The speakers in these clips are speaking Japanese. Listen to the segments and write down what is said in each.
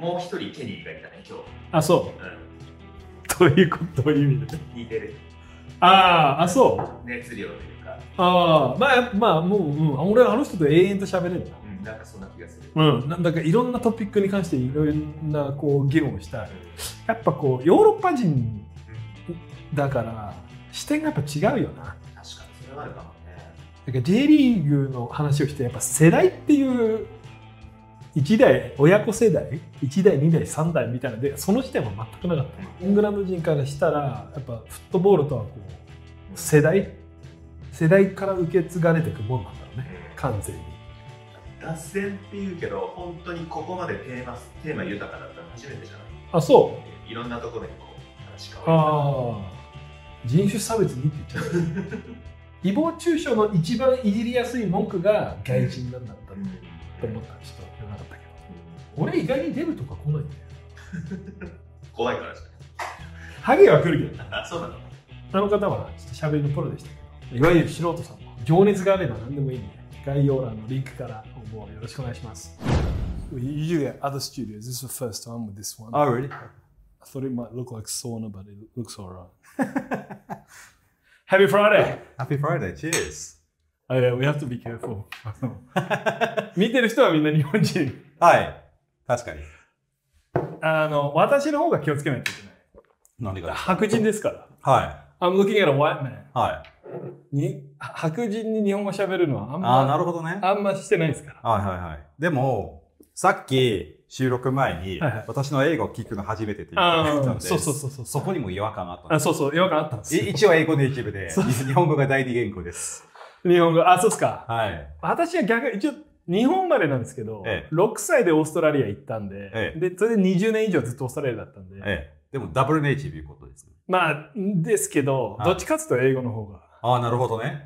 もう一人ケニーがいたね、今日。 あ、そう。どういうこと、どういう意味で？ 似てる。 あ、そう。 熱量というか。 まあ、もう、俺はあの人と永遠と喋れるんだ。 なんかそんな気がする。 なんかいろんなトピックに関していろんなこう議論をしたい。やっぱこうヨーロッパ人だから視点がやっぱ違うよな。 確かにそれはあるかもね。 だから J リーグの話をしてやっぱ世代っていう一代親子世代1代2代3代みたいなでその視点は全くなかった。イングランド人からしたらやっぱフットボールとはこう世代から受け継がれていくもんなんだろうね、完全に。 脱線っていうけど本当にここまでテーマ豊かだったの初めてじゃない？ あ、そう。 いろんなところにこう話変わる。 人種差別にって言っちゃう。誹謗中傷の一番いじりやすい文句が外人なんだったと思ったらちょっと言わなかったけど、俺意外にデブとか来ないんだよ。 怖いからじゃない。 ハゲは来るけど。 あ、そうなの。 あの方はちょっと喋りのプロでしたけど、いわゆる素人さんも情熱があれば何でもいいんで、概要欄のリンクから応募よろしくお願いします。You do get other studios. This is the first time with this one. Oh, really? I thought it might look like sauna, but it looks alright. Happy Friday! Happy Friday, cheers! Oh yeah, we have to be careful. 見てる人はみんな日本人。 はい、確かに。 私の方が気をつけないといけない。 何が？ 白人ですから。 はい。 I'm looking at a white man. はい。 白人に日本語喋るのはなるほどね。 あんましてないですから。 はいはいはい。でも、さっき収録前に、私の英語を聞くの初めてって言ってたんで、そこにも違和感あったんです。 そう、違和感あったんですよ。 一応英語ネイティブで、日本語が第二言語です。 日本語、そうっすか。 はい。 私は逆に、一応、日本生まれなんですけど、6歳でオーストラリア行ったんで、で、それで20年以上ずっとオーストラリアだったんで。 でも、ダブルネイティブいうことですね。 まあ、ですけど、どっちかっていうと英語の方が。 なるほどね。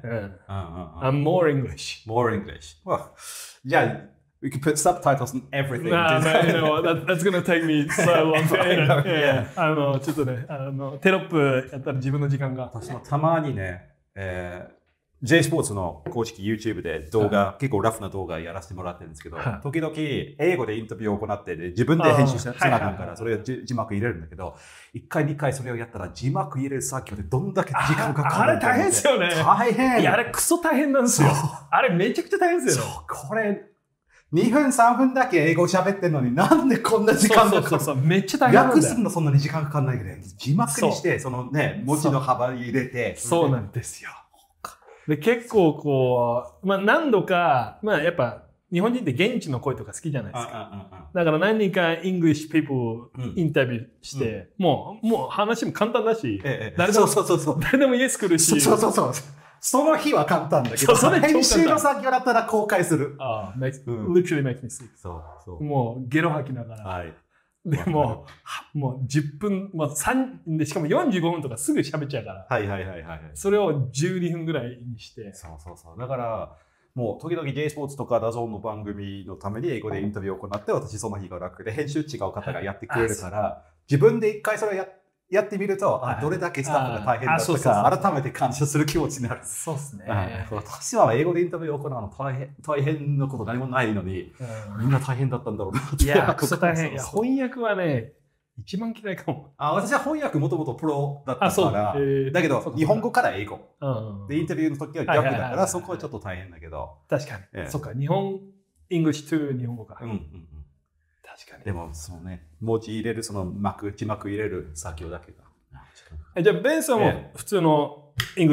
I'm more English. More English. Well, yeah, we could put subtitles on everything. You know, that's going to take me so long. ちょっとね、テロップやったら自分の時間が。 私もたまにね、J スポーツの公式 YouTube で動画、結構ラフな動画やらせてもらってるんですけど、時々英語でインタビューを行って、自分で編集しなきゃから、それを字幕入れるんだけど、1回2回それをやったら字幕入れる作業でどんだけ時間かかるのか。 あれ大変ですよね。 大変。 いや、あれクソ大変なんですよ。あれめちゃくちゃ大変ですよ。 これ、2分3分だけ英語喋ってるのになんでこんな時間かかる？ めっちゃ大変なんだよ。 訳するのそんなに時間かかんないけど、字幕にして、そのね、文字の幅入れて。 そうなんですよ。で、結構こう、何度か、やっぱ日本人って現地の声とか好きじゃないですか。だから何人か English people インタビューして、もう話も簡単だし、誰でもイエス来るし。 その日は簡単だけど、編集の作業だったら公開する。 literally make me sick. もうゲロ吐きながら。でもう10分、でしかも45分とかすぐ喋っちゃうから。それを12分ぐらいにして。 だから、もう時々 J スポーツとかダゾーンの番組のために英語でインタビューを行って、私その日が楽で、編集違う方がやってくれるから、自分で一回それをやってみると、どれだけスタッフが大変だったか、改めて感謝する気持ちになる。 そうですね。 私は英語でインタビューを行うの大変なこと何もないのに、みんな大変だったんだろうなって。 いや、クソ大変。いや、翻訳はね、一番嫌いかも。 私は翻訳もともとプロだったから、だけど日本語から英語。で、インタビューの時は逆だから、そこはちょっと大変だけど。 確かに。そっか、日本、English to 日本語か。確かに。 でも、そのね、文字入れる、その字幕入れる作業だけが。 じゃあ、ベンさんも普通の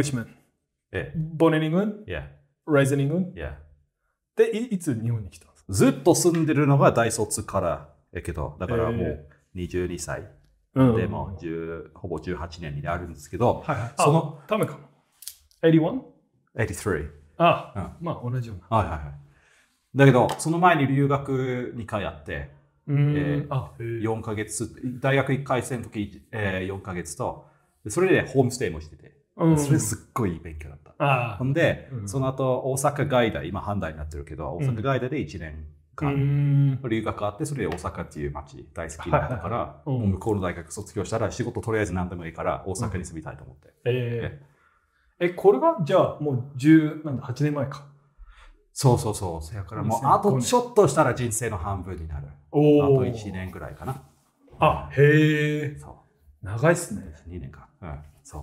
Englishman。Born in England? Raised in England? で、いつ日本に来たんですか？ ずっと住んでるのが大卒からやけど、だからもう22歳でもほぼ18年になるんですけど、 そのためか。81? 83。 まあ同じような。 だけど、その前に留学に通って、4ヶ月、大学1回生の時、4ヶ月と、それでホームステイもしてて、それすっごい勉強だった。ほんで、その後、大阪外大、今阪大になってるけど、大阪外大で1年間留学あって、それで大阪っていう街大好きだったから、向こうの大学卒業したら仕事とりあえず何でもいいから大阪に住みたいと思って。 これがじゃあもう18年前か。 そうそうそう。そやからもうあとちょっとしたら人生の半分になる。あと1年ぐらいかな。 あ、へえ。長いっすね。 2年か。うん、そう。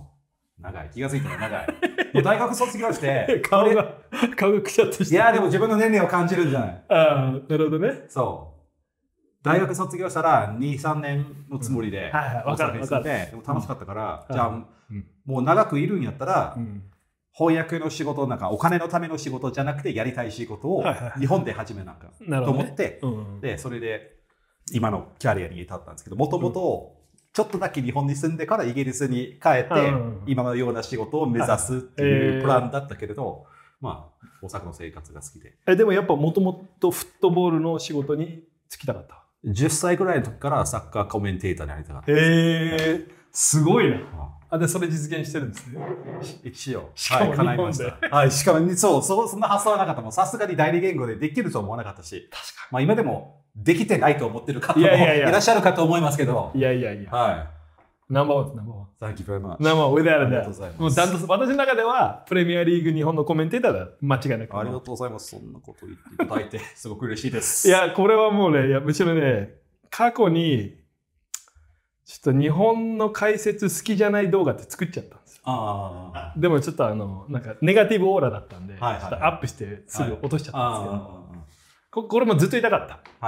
長い。気がついたら長い。もう大学卒業して、 顔がくしゃっとして。 いや、でも自分の年齢を感じるんじゃない。 ああ、なるほどね。 そう。大学卒業したら2、3年のつもりで、 わかる。でも楽しかったから、じゃあ、もう長くいるんやったら、翻訳の仕事、なんかお金のための仕事じゃなくて、やりたい仕事を日本で始めなんかと思って、で、それで今のキャリアに至ったんですけど、もともとちょっとだけ日本に住んでからイギリスに帰って、今のような仕事を目指すっていうプランだったけれど、まあ、大阪の生活が好きで。 でもやっぱもともとフットボールの仕事に就きたかった。 10歳ぐらいの時からサッカーコメンテーターになりたかった。 すごいな。で、それ実現してるんですね。 一応。 しかも叶いました。はい、しかも、そんな発想はなかった。もんさすがに第二言語でできると思わなかったし。 確かまあ今でもできてないと思ってる方もいらっしゃるかと思いますけど。 いや。 はい。 ナンバーワンです、ナンバーワン。 Thank you very much. ナンバーワン、without a doubt。 ありがとうございます。 もう私の中では、プレミアリーグ日本のコメンテーターだ。間違いなく。 ありがとうございます。そんなこと言っていただいて、すごく嬉しいです。 いや、これはもうね、むしろね、過去に、ちょっと日本の解説好きじゃない動画って作っちゃったんですよ。でもちょっとなんかネガティブオーラだったんで、ちょっとアップしてすぐ落としちゃったんですけど、これもずっと言いたかった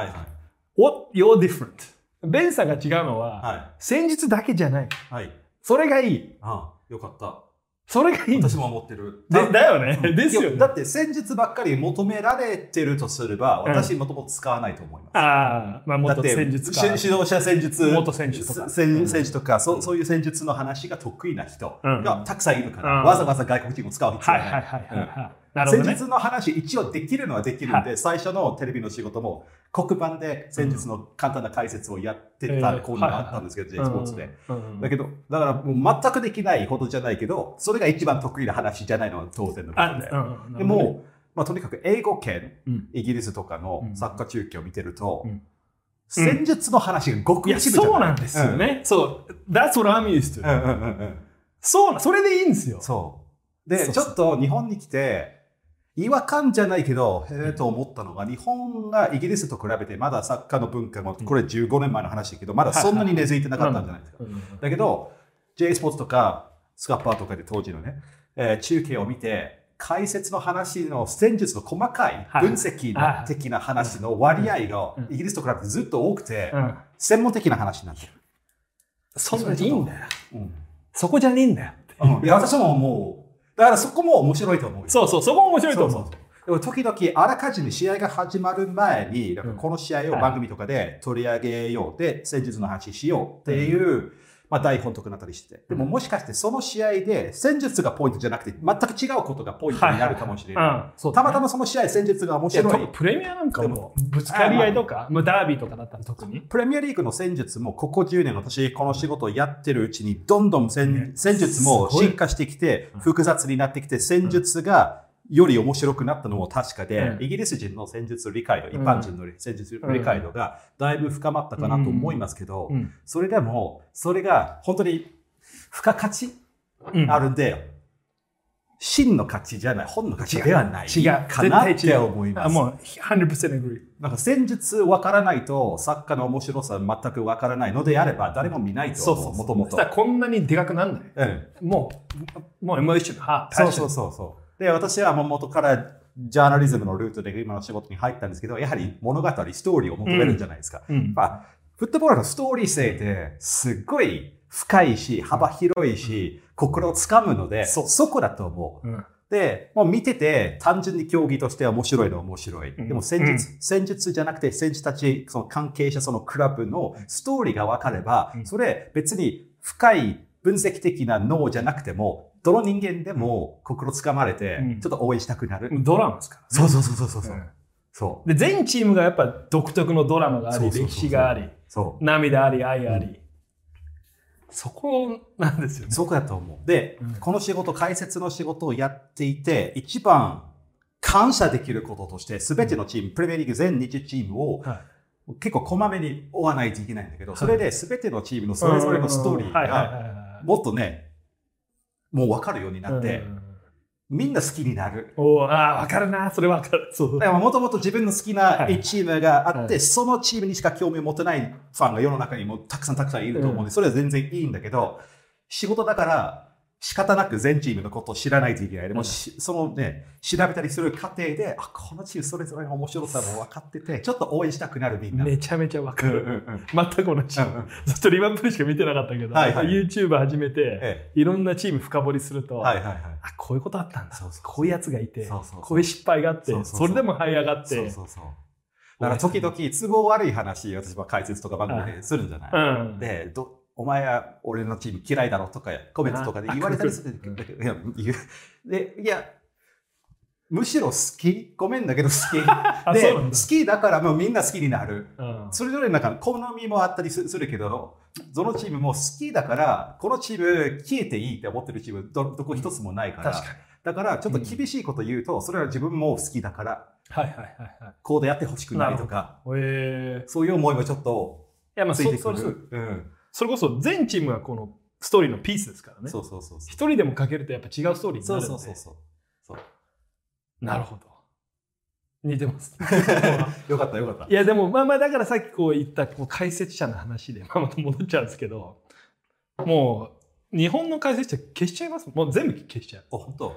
。What you're different? ベンさんが違うのは、戦術だけじゃない。それがいい。 よかった。 それがいい。 私も思ってる。 だよね。ですよね。 だって戦術ばっかり求められてるとすれば、私もともと使わないと思います。 まあ元戦術か。 指導者戦術。 元選手とか。 選手とか、そういう戦術の話が得意な人がたくさんいるから、わざわざ外国人を使う必要はない。戦術の話一応できるのはできるんで、最初のテレビの仕事も黒板で戦術の簡単な解説をやってたコーナーがあったんですけど、J スポーツで。だからもう全くできないほどじゃないけど、それが一番得意な話じゃないのは当然のことで。でも、まあ、とにかく英語圏、イギリスとかのサッカー中継を見てると、戦術の話がごく一部じゃない。 そうなんですよね。そう。That's what I'm used to. そう、それでいいんですよ。 そう。で、ちょっと日本に来て、違和感じゃないけど、と思ったのが、日本がイギリスと比べてまだサッカーの文化も、これ15年前の話だけど、まだそんなに根付いてなかったんじゃないですか。だけど、J スポーツとか、スカッパーとかで当時のね、中継を見て、解説の話の戦術の細かい分析的な話の割合がイギリスと比べてずっと多くて、専門的な話になってる。 そんなにいいんだよ。そこじゃねえんだよ。 いや、私も思う。だからそこも面白いと思う。 そう、そこも面白いと思う。 でも時々あらかじめ試合が始まる前に、この試合を番組とかで取り上げようで、戦術の話しようっていう、まあ、台本とかなったりして。でももしかしてその試合で戦術がポイントじゃなくて全く違うことがポイントになるかもしれない。たまたまその試合戦術が面白い。 プレミアなんかもぶつかり合いとか、ダービーとかだったら特に。 プレミアリーグの戦術もここ10年私この仕事をやってるうちにどんどん戦術も進化してきて複雑になってきて戦術がより面白くなったのも確かで、イギリス人の戦術理解度、一般人の戦術理解度がだいぶ深まったかなと思いますけど、それでも、それが本当に付加価値あるんで、真の価値じゃない、本の価値ではないかなって思います。 もう 100% agree。 なんか戦術わからないと、作家の面白さ全くわからないのであれば、誰も見ないと思う、もともと。 こんなにでかくなんない。もうエモーション、 そう。で、私はもう元からジャーナリズムのルートで今の仕事に入ったんですけど、やはり物語、ストーリーを求めるんじゃないですか。フットボールのストーリー性ってすっごい深いし、幅広いし、心をつかむので、そこだと思う。で、もう見てて単純に競技として面白いのは面白い。でも戦術じゃなくて選手たち、その関係者、そのクラブのストーリーが分かれば、それ別に深い分析的な脳じゃなくても、どの人間でも心つかまれて、ちょっと応援したくなる。 ドラマですからね。そう。 で、全チームがやっぱ独特のドラマがあり、歴史があり、涙あり、愛あり。そこなんですよね。 そこだと思う。で、この仕事、解説の仕事をやっていて、一番感謝できることとして、すべてのチーム、プレミアリーグ全20チームを、結構こまめに追わないといけないんだけど、それで全てのチームのそれぞれのストーリーが、もっとね、もう分かるようになって、 みんな好きになる。 分かるな、それ分かる。そう。 だからもともと自分の好きなチームがあって、そのチームにしか興味を持てないファンが世の中にもたくさんいると思うんで、それは全然いいんだけど、仕事だから仕方なく全チームのことを知らないといけない。でもそのね、調べたりする過程で、このチームそれぞれの面白さも分かってて、ちょっと応援したくなるみんな。 めちゃめちゃ分かる。全く同じ。ずっとリバプールしか見てなかったけど、YouTube 始めて、いろんなチーム深掘りすると、こういうことあったんだ。こういうやつがいて、こういう失敗があって、それでも這い上がって。だから時々都合悪い話、私は解説とか番組でするんじゃない。で、お前は俺のチーム嫌いだろとかコメントとかで言われたりするんだけど、いや、むしろ好き、ごめんだけど好きで、好きだからもうみんな好きになる。それぞれなんか好みもあったりするけど、どのチームも好きだから、このチーム消えていいって思ってるチームどこ一つもないから、だからちょっと厳しいこと言うと、それは自分も好きだから、こうでやってほしくないとか、そういう思いもちょっとついてくる。 それこそ全チームがこのストーリーのピースですからね。一人でもかけるとやっぱ違うストーリーになるんで。なるほど。似てます。 よかったよかった。 いやでもまあだからさっきこう言った解説者の話でまた戻っちゃうんですけど、もう日本の解説者消しちゃいます。もう全部消しちゃう。 本当。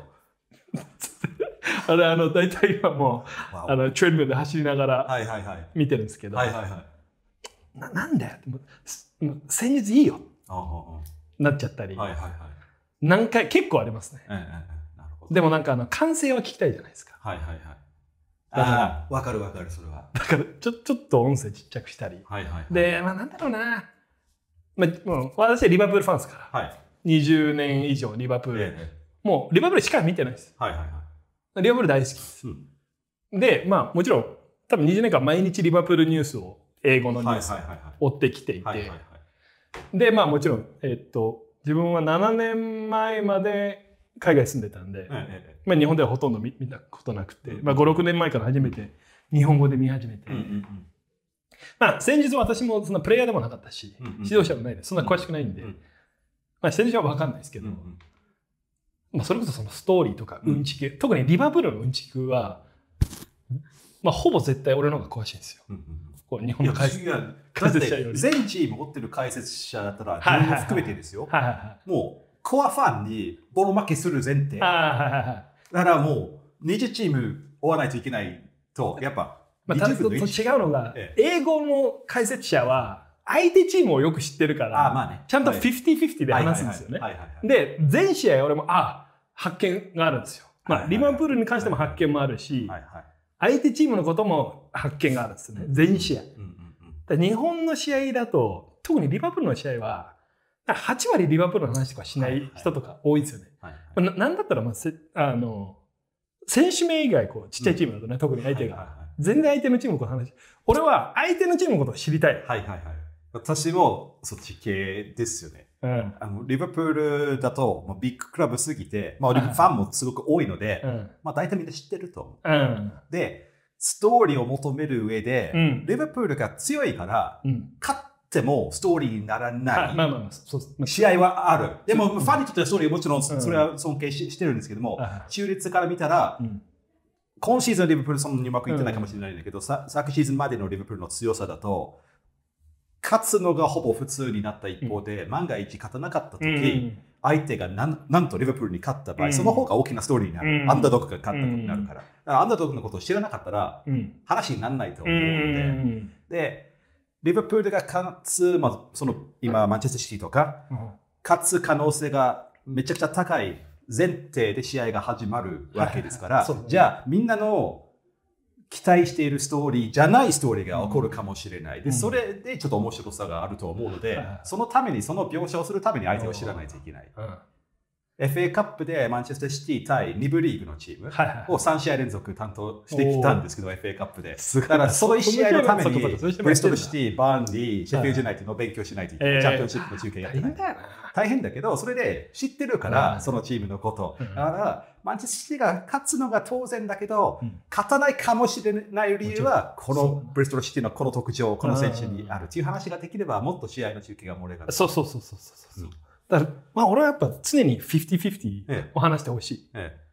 大体今もうトレードミルで走りながら見てるんですけど、なんだよ。先日いいよなっちゃったり、何回結構ありますね。でもなんか完成は聞きたいじゃないですか。 わかるそれは。 だからちょっと音声ちっちゃくしたり、でなんだろうな、私はリバプールファンですから、20年以上リバプール、もうリバプールしか見てないです。リバプール大好きです。でもちろん多分20年間毎日リバプールニュースを英語のニュースを追ってきていて、でもちろん自分は7年前まで海外住んでたんで、日本ではほとんど見たことなくて、5、6年前から初めて日本語で見始めて、先日私もそんなプレイヤーでもなかったし、指導者もないです。そんな詳しくないんで、先日は分かんないですけど、それこそそのストーリーとかうんちく、特にリバプールのうんちくは、ほぼ絶対俺の方が詳しいんですよ。日本の解説者より。 全チーム持ってる解説者だったら自分も含めてですよ。もうコアファンにボロ負けする前提。だからもう20チーム追わないといけないと、やっぱ違うのが、英語の解説者は相手チームをよく知ってるから、ちゃんと 50-50 で話すんですよね。で、全試合俺も発見があるんですよ。リバプールに関しても発見もあるし、相手チームのことも発見があるんですよね。全試合。日本の試合だと、特にリバプールの試合は、8割リバプールの話とかしない人とか多いですよね。なんだったら、選手名以外、ちっちゃいチームだとね、特に相手が。全然相手のチームのこと話。俺は相手のチームのことを知りたい。 私もそっち系ですよね。リバプールだとビッグクラブすぎて、ファンもすごく多いので、大体みんな知ってると。で、ストーリーを求める上で、リバプールが強いから、勝ってもストーリーにならない試合はある。でも、ファンにとってはストーリーはもちろんそれは尊敬してるんですけども、中立から見たら、今シーズンリバプールそんなにうまくいってないかもしれないんだけど、昨シーズンまでのリバプールの強さだと、勝つのがほぼ普通になった一方で、万が一勝たなかった時、相手がなんとリバプールに勝った場合、その方が大きなストーリーになる。アンダードッグが勝ったことになるから。アンダードッグのことを知らなかったら、話にならないと思うので。で、リバプールが勝つ、今、マンチェスターシティとか、勝つ可能性がめちゃくちゃ高い前提で試合が始まるわけですから、じゃあみんなの期待しているストーリーじゃないストーリーが起こるかもしれない。で、それでちょっと面白さがあると思うので、そのために、その描写をするために相手を知らないといけない。FA カップでマンチェスターシティ対2部リーグのチームを3試合連続担当してきたんですけど、FA カップで。だからその1試合のために、ブリストルシティ、バーンリー、シェフィールドユナイテッドの勉強しないといけない。チャンピオンシップの中継やってない。大変だけど、それで知ってるから、そのチームのこと。だから、マンチェスターシティが勝つのが当然だけど、勝たないかもしれない理由は、このブリストルシティのこの特徴、この選手にあるっていう話ができれば、もっと試合の中継が盛り上がる。 そう。だから俺はやっぱ常に50-50を話してほしい。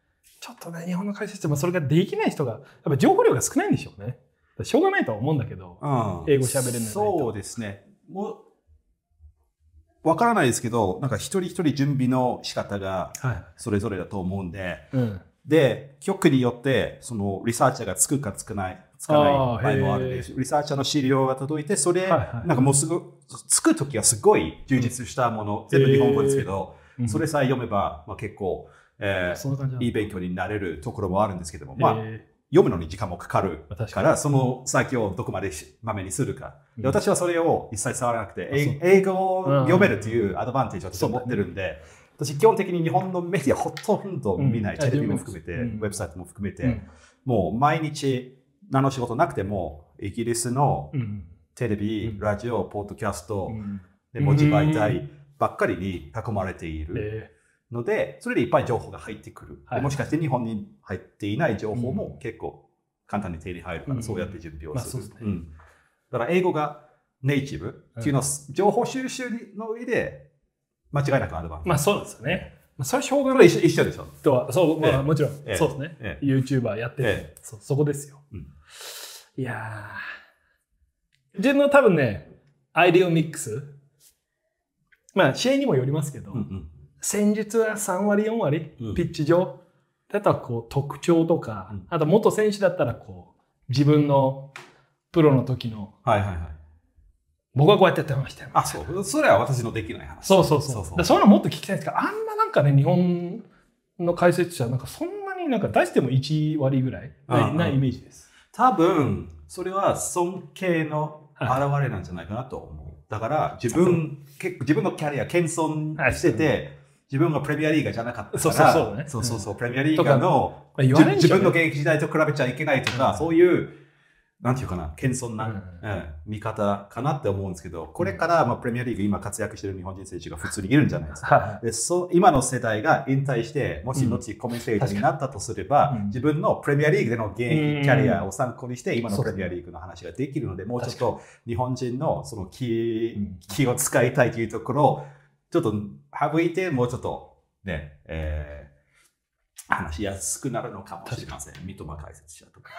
ちょっとね、日本の解説もそれができない人が、やっぱ情報量が少ないんでしょうね。しょうがないとは思うんだけど、英語喋れないと。 そうですね。もう、わからないですけど、なんか一人一人準備の仕方がそれぞれだと思うんで、で、局によって、そのリサーチャーがつくかつかない場合もあるんで、リサーチャーの資料が届いて、それ、なんかもうすぐ、つくときはすごい充実したもの、全部日本語ですけど、それさえ読めば、まあ、結構、いい勉強になれるところもあるんですけども、まあ、読むのに時間もかかるから、その先をどこまでまめにするか。で、私はそれを一切触らなくて、英語を読めるというアドバンテージを私は持ってるんで、私基本的に日本のメディアほとんど見ない。テレビも含めて、ウェブサイトも含めて、もう毎日何の仕事なくても、イギリスのテレビ、ラジオ、ポッドキャスト、文字媒体ばっかりに囲まれている。ので、それでいっぱい情報が入ってくる。もしかして日本に入っていない情報も結構簡単に手に入るから、そうやって準備をする。だから英語がネイティブっていうのは情報収集の上で間違いなくアドバンテージ。 まあそうですよね。それはしょうがない。 一緒でしょ。 とは、そう、まあもちろん。そうですね。YouTuber やってて、そこですよ。いやー。自分の多分ね、アイディオミックス。まあ試合にもよりますけど、戦術は3割、4割、ピッチ上。あとはこう特徴とか、あと元選手だったらこう、自分のプロの時の、僕はこうやってやってましたよ。 あ、そう。それは私のできない話。 そう。そういうのもっと聞きたいんですけど、あんまなんかね、日本の解説者、なんかそんなになんか出しても1割ぐらいなイメージです。 多分、それは尊敬の表れなんじゃないかなと思う。だから自分のキャリア謙遜してて、自分がプレミアリーガーじゃなかったから、そう、プレミアリーガーの自分の現役時代と比べちゃいけないとか、そういう、なんていうかな、謙遜な見方かなって思うんですけど、これからプレミアリーグ今活躍してる日本人選手が普通にいるんじゃないですか。で今の世代が引退して、もし後コメンテーターになったとすれば、自分のプレミアリーグでの現役キャリアを参考にして、今のプレミアリーグの話ができるので、もうちょっと日本人のその気を使いたいというところを、ちょっと省いて、もうちょっとね、話しやすくなるのかもしれません。三笘解説者とか。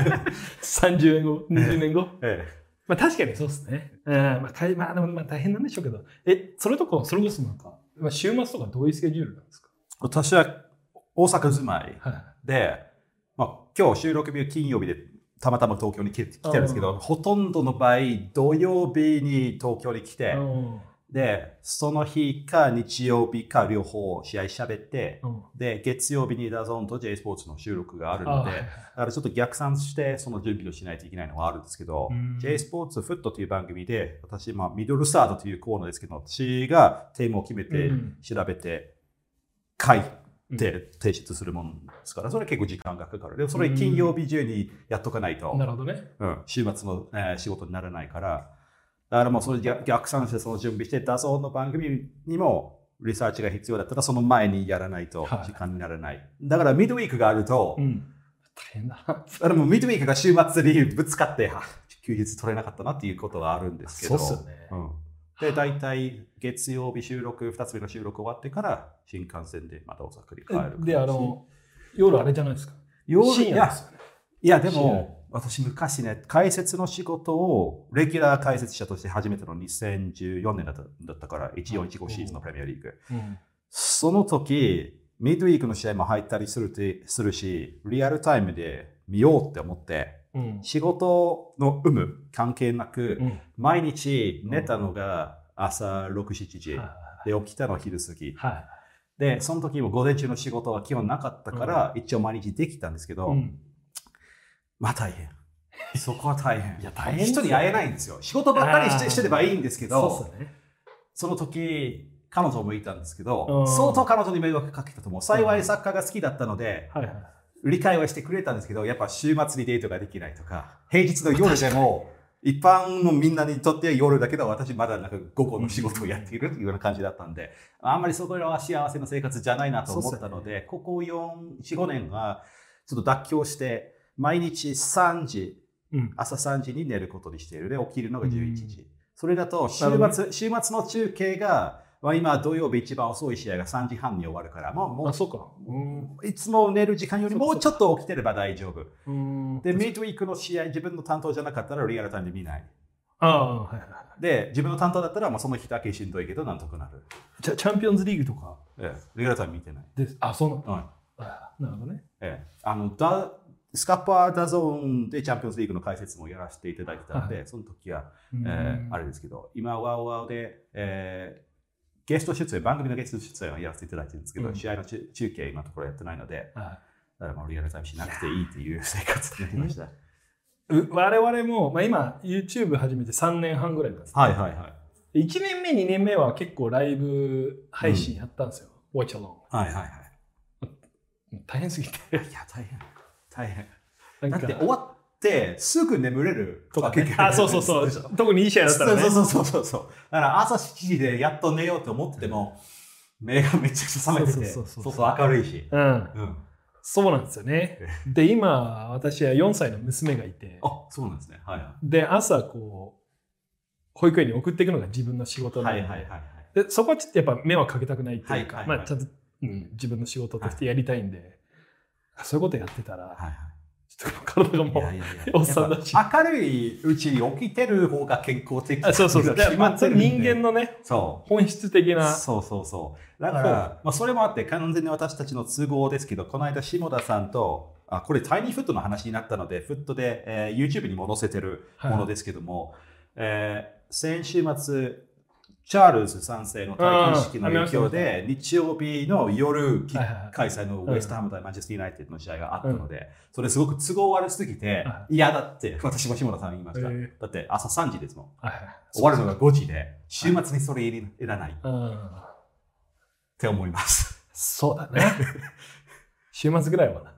30年後、20年後。まあ確かにそうですね。まあ大変なんでしょうけど。それこそなんか、週末とかどういうスケジュールなんですか？ 私は大阪住まいで、今日収録日は金曜日でたまたま東京に来てるんですけど、ほとんどの場合、土曜日に東京に来て、で、その日か日曜日か両方試合喋って、で、月曜日にダゾーンと J スポーツの収録があるので、だからちょっと逆算してその準備をしないといけないのはあるんですけど、J スポーツフットという番組で、私、ミドルスタートというコーナーですけど、私がテーマを決めて調べて書いて提出するものですから、それ結構時間がかかる。で、それ金曜日中にやっとかないと、週末の仕事にならないから、だからもうそれ逆算してその準備して、ダゾーンの番組にもリサーチが必要だったらその前にやらないと時間にならない。だからミッドウィークがあると、大変だ。 だもミッドウィークが週末にぶつかって、休日取れなかったなっていうことはあるんですけど。 そうっすよね。 で、大体月曜日収録、2つ目の収録終わってから新幹線でまた大阪に帰る。 で、夜あれじゃないですか。 深夜ですよね。いや、でも、私昔ね、解説の仕事をレギュラー解説者として始めたの2014年だったから、1415シーズンのプレミアリーグ。その時、ミッドウィークの試合も入ったりするし、リアルタイムで見ようって思って、仕事の有無関係なく、毎日寝たのが朝6、7時で起きたの昼過ぎ。で、その時も午前中の仕事は基本なかったから、一応毎日できたんですけど、大変。そこは大変。大変。人に会えないんですよ。仕事ばっかりしてればいいんですけど、その時、彼女もいたんですけど、相当彼女に迷惑かけたと思う。幸いサッカーが好きだったので、理解はしてくれたんですけど、やっぱ週末にデートができないとか、平日の夜でも、一般のみんなにとっては夜だけど、私まだなんか午後の仕事をやっているというような感じだったんで、あんまりそこは幸せな生活じゃないなと思ったので、ここ4、5年はちょっと妥協して、毎日3時、朝3時に寝ることにしている。で、起きるのが11時。それだと週末の中継が今土曜日一番遅い試合が3時半に終わるから、もうそうか。 いつも寝る時間よりもうちょっと起きてれば大丈夫。で、ミッドウィークの試合、自分の担当じゃなかったらリアルタイムで見ない。で、自分の担当だったらその日だけしんどいけどなんとかなる。 じゃあチャンピオンズリーグとかリアルタイム見てない。 そうなの？なるほどね。 スカパーダゾーンでチャンピオンズリーグの解説もやらせていただいてたので、その時は、あれですけど、今、ワウワウで、ゲスト出演、番組のゲスト出演をやらせていただいてるんですけど、試合の中継、今のところやってないので、リアルタイムしなくていいっていう生活になりました。 我々も、今、YouTube 始めて3年半ぐらいなんです、ね。1年目、2年目は結構ライブ配信やったんですよ。Watch Along。大変すぎて。 いや、大変。だって終わってすぐ眠れるとかね。そう。特にいい試合だったらね。 そう。だから朝7時でやっと寝ようと思っても、目がめちゃくちゃ覚めてて、そう明るいし。 そうなんですよね。で、今、私は4歳の娘がいて。 そうなんですね。 で、朝、保育園に送っていくのが自分の仕事なので、でそこはちょっとやっぱ目はかけたくないっていうか、ちゃんと自分の仕事としてやりたいんで、そういうことやってたら、ちょっと体がもうおっさんだし。 明るいうちに起きてる方が健康的。 そう。人間のね、本質的な。 そう。だから、それもあって完全に私たちの都合ですけど、この間下田さんと、これタイニーフットの話になったので、フットで、YouTube にも載せてるものですけども、先週末、チャールズ3世の戴冠式の影響で、日曜日の夜開催のウェストハム対マンチェスターユナイテッドの試合があったので、それすごく都合悪すぎて、嫌だって私も下田さんに言いました。だって朝3時ですもん。終わるのが5時で、週末にそれいらない。って思います。 そうだね。週末ぐらいはな。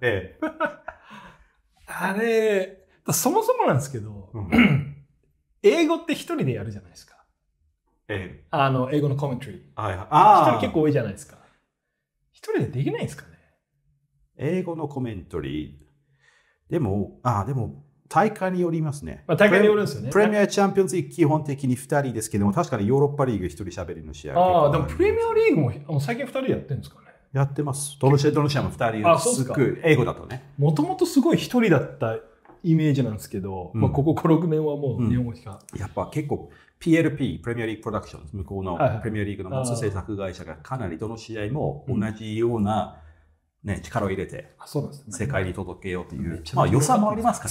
あれ、そもそもなんですけど、英語って一人でやるじゃないですか。英語のコメントリー。一人結構多いじゃないですか。一人でできないんですかね。 英語のコメントリー。でも、大会によりますね。 大会によるんですよね。 プレミアチャンピオンズリーグ基本的に2人ですけども、確かにヨーロッパリーグ一人喋りの試合。 でもプレミアリーグも最近2人やってるんですかね。 やってます。どの試合も2人すごい英語だとね。 もともとすごい一人だったイメージなんですけど、ここ5、6年はもう日本語しか。 やっぱ結構 PLP、プレミアリーグプロダクションズ、向こうのプレミアリーグの持つ制作会社がかなりどの試合も同じような、力を入れて世界に届けようという、予算もありますから。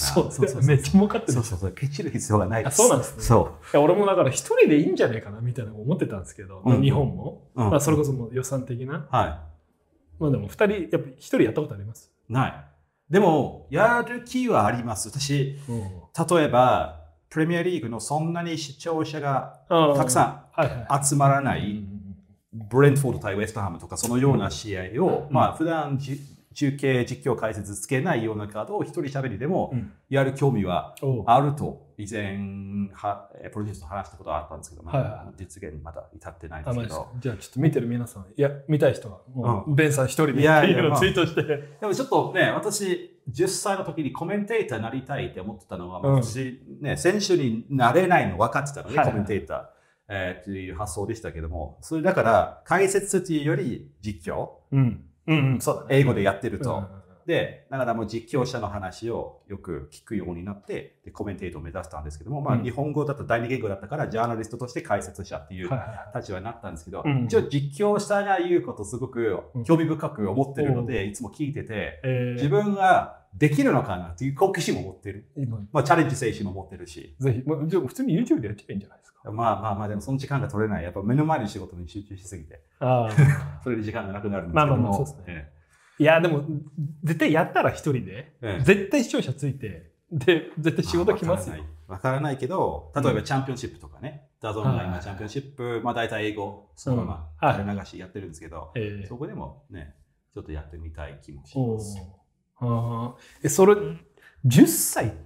めっちゃ儲かってる。 ケチる必要がないです。 そうなんですね。俺もだから一人でいいんじゃないかなみたいな思ってたんですけど、日本も。それこそもう予算的な。でも2人、やっぱ一人やったことあります？ ない。でも、やる気はあります。私、例えば、プレミアリーグのそんなに視聴者がたくさん集まらない、ブレントフォード対ウェストハムとか、そのような試合を、普段中継、実況、解説つけないようなカードを一人喋りでもやる興味はあると、以前、プロデュースと話したことはあったんですけど、実現にまだ至ってないですけど。 じゃあちょっと見てる皆さん、見たい人は、もうベンさん一人でっていうのをツイートして。でもちょっとね、私、10歳の時にコメンテーターになりたいって思ってたのは、私、選手になれないの分かってたので、コメンテーター。という発想でしたけども、それだから解説というより実況、英語でやってると、でだからもう実況者の話をよく聞くようになってでコメンテーターを目指したんですけども、日本語だと第二言語だったからジャーナリストとして解説者っていう立場になったんですけど、一応実況者が言うことすごく興味深く思ってるので、いつも聞いてて、自分ができるのかなっていう好奇心も持ってる、チャレンジ精神も持ってるし、 ぜひ、普通に YouTube でやっちゃえばいいんじゃないですか。 でもその時間が取れない。やっぱ目の前の仕事に集中しすぎて。それで時間がなくなるんですけども。 そうですね。いや、でも、絶対やったら一人で、絶対視聴者ついて、で、絶対仕事来ますよ。 わからないけど、例えばチャンピオンシップとかね、ダゾーンが今チャンピオンシップ、大体英語、そのまま垂れ流しやってるんですけど、そこでもね、ちょっとやってみたい気もします。 それ、10歳って、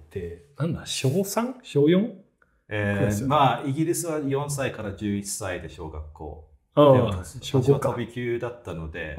なんだ、小 3？ 小 4？ イギリスは4歳から11歳で小学校。 小学校飛び級だったので、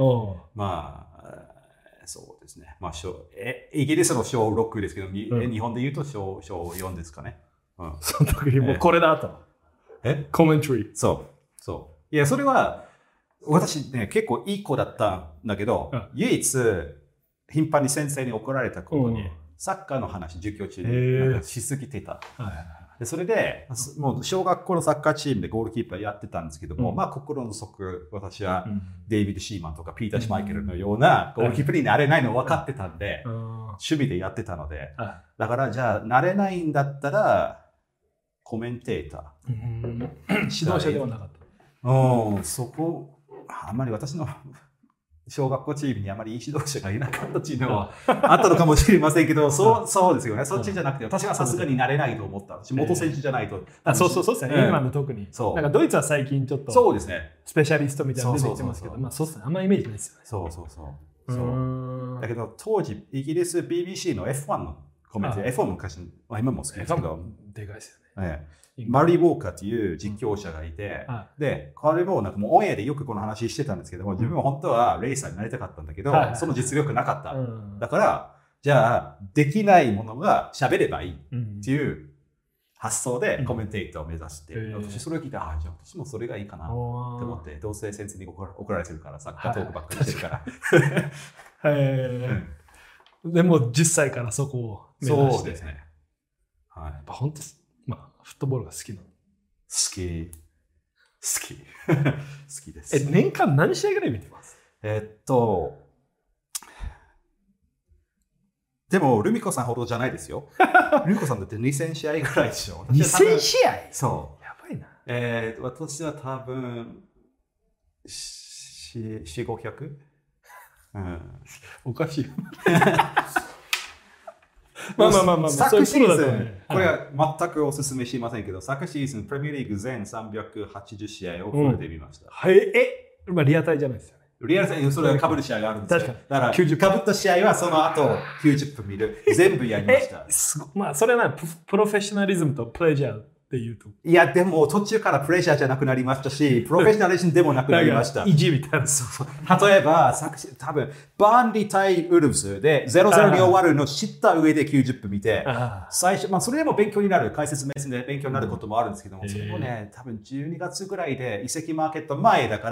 そうですね。イギリスの小6ですけど、日本で言うと小4ですかね。 その時にもうこれだと。コメントリー。 そう。 いや、それは、私ね、結構いい子だったんだけど、唯一、頻繁に先生に怒られたことに、サッカーの話、授業中になんかしすぎてた。でそれで、もう小学校のサッカーチームでゴールキーパーやってたんですけども、まあ心の底、私はデイビッド・シーマンとかピーター・シュマイケルのようなゴールキーパーになれないの分かってたんで、趣味でやってたので、だからじゃあ、なれないんだったら、コメンテーター。指導者ではなかった。 そこ、あんまり私の小学校チームにあまりいい指導者がいなかったっていうのはあったのかもしれませんけど、そうですよね。そっちじゃなくて、私はさすがになれないと思った。私、元選手じゃないと。 そうですね。イングランド特に。なんかドイツは最近ちょっと、 そうですね。 スペシャリストみたいなの出てきてますけど、まあそうですね。あんまイメージないですよね。 そう。だけど、当時、イギリス BBC の F1 のコメント、F1 も昔、今も好きですけど、 でかいですよね。 マリー・ウォーカーという実況者がいて、で、彼もなんかもうオンエアでよくこの話してたんですけども、自分は本当はレーサーになりたかったんだけど、その実力なかった。だから、じゃあ、できないものが喋ればいいっていう発想でコメンテーターを目指して、私それを聞いて、じゃあ私もそれがいいかなって思って、どうせ先生に怒られてるから、サッカートークばっかりしてるから。 でも10歳からそこを目指して。 そうですね。 はい。本当フットボールが好きなの？ 好きです。 年間何試合ぐらい見てます？ でも、ルミ子さんほどじゃないですよ。ルミ子さんだって2000試合ぐらいでしょ。 2000試合？ そう。 やばいな。 私は多分、4、500？ おかしい。 昨シーズン、これは全くお勧めしませんけど、昨シーズン、プレミアリーグ全380試合をこれで見ました。 リアタイじゃないですよね。 リアルタイム、それは被る試合があるんですよ。 確かに。 だから、被った試合はその後90分見る。全部やりました。 それはプロフェッショナリズムとプレジャーっていうと。 いや、でも途中からプレッシャーじゃなくなりましたし、プロフェッショナリズムでもなくなりました。 意地みたいな。 例えば、多分、バーンリー対ウルブスで 0-0 に終わるのを知った上で90分見て、最初、それでも勉強になる、解説目線で勉強になることもあるんですけども、それもね、多分12月ぐらいで移籍マーケット前だから、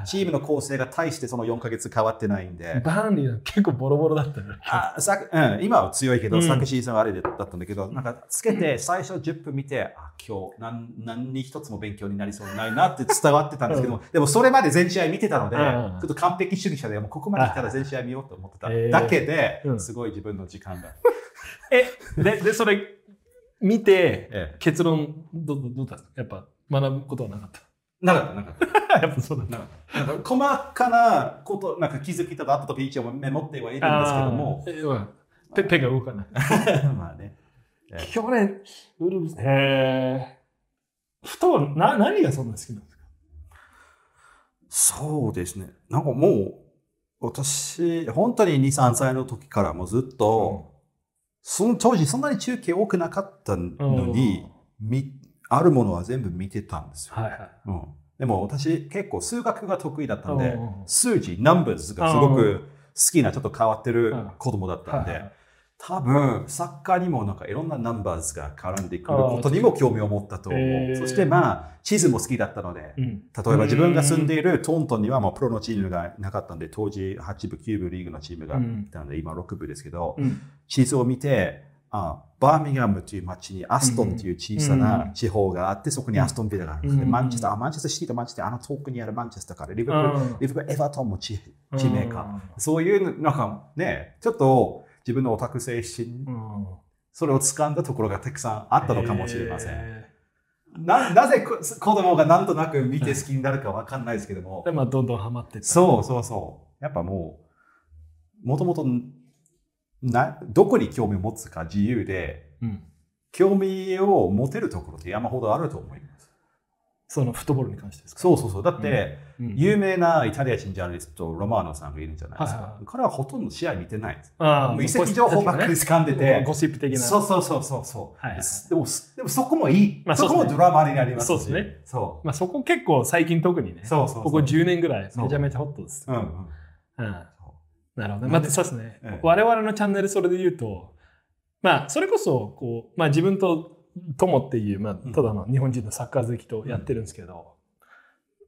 チームの構成が大してその4ヶ月変わってないんで。 バーンリーは結構ボロボロだったね。 今は強いけど、昨シーズンはあれだったんだけど、なんかつけて最初10分見て、今日何に一つも勉強になりそうにないなって伝わってたんですけども、でもそれまで全試合見てたので、ちょっと完璧主義者でもうここまで来たら全試合見ようと思ってただけで、すごい自分の時間が。 で、それ見て、結論どうだった？やっぱ学ぶことはなかった？ なかった。 やっぱそうだった。 細かなこと、なんか気づきとかあった時一応メモってはいるんですけども。 手が動かない。 まあね。 去年、ウルブス、何がそんな好きなんですか？ そうですね。なんかもう、私、本当に2、3歳の時からもずっと、その当時そんなに中継多くなかったのに、あるものは全部見てたんですよ。でも私結構数学が得意だったんで、数字、ナンバーズがすごく好きなちょっと変わってる子供だったんで、多分サッカーにもなんかいろんなナンバーズが絡んでくることにも興味を持ったと思う。そして地図も好きだったので、例えば自分が住んでいるトントンにはもうプロのチームがなかったんで、当時8部、9部リーグのチームがいたので、今6部ですけど、地図を見て、バーミンガムという街にアストンという小さな地方があって、そこにアストンビラがある。マンチェスターシティとマンチェスター、遠くにあるマンチェスターから、リバプール、エバートンも地名か。そういう、なんかね、ちょっと自分のオタク精神、それを掴んだところがたくさんあったのかもしれません。なぜ子供がなんとなく見て好きになるかわかんないですけども。 で、どんどんハマってった。 そう。やっぱもともと、どこに興味を持つか自由で、興味を持てるところって山ほどあると思います。 そのフットボールに関してですか？ そう。だって、有名なイタリア人ジャーナリスト、ロマーノさんがいるんじゃないですか。彼はほとんど試合見てないです。移籍情報ばっかり掴んでて。 ゴシップ的な。 そう。でもそこもいい。そこもドラマになりますし。 そうですね。そこ結構最近特にね。ここ10年ぐらいめちゃめちゃホットです。なるほど。そうですね。我々のチャンネルそれで言うと、それこそ自分と友っていう、ただの日本人のサッカー好きとやってるんですけど、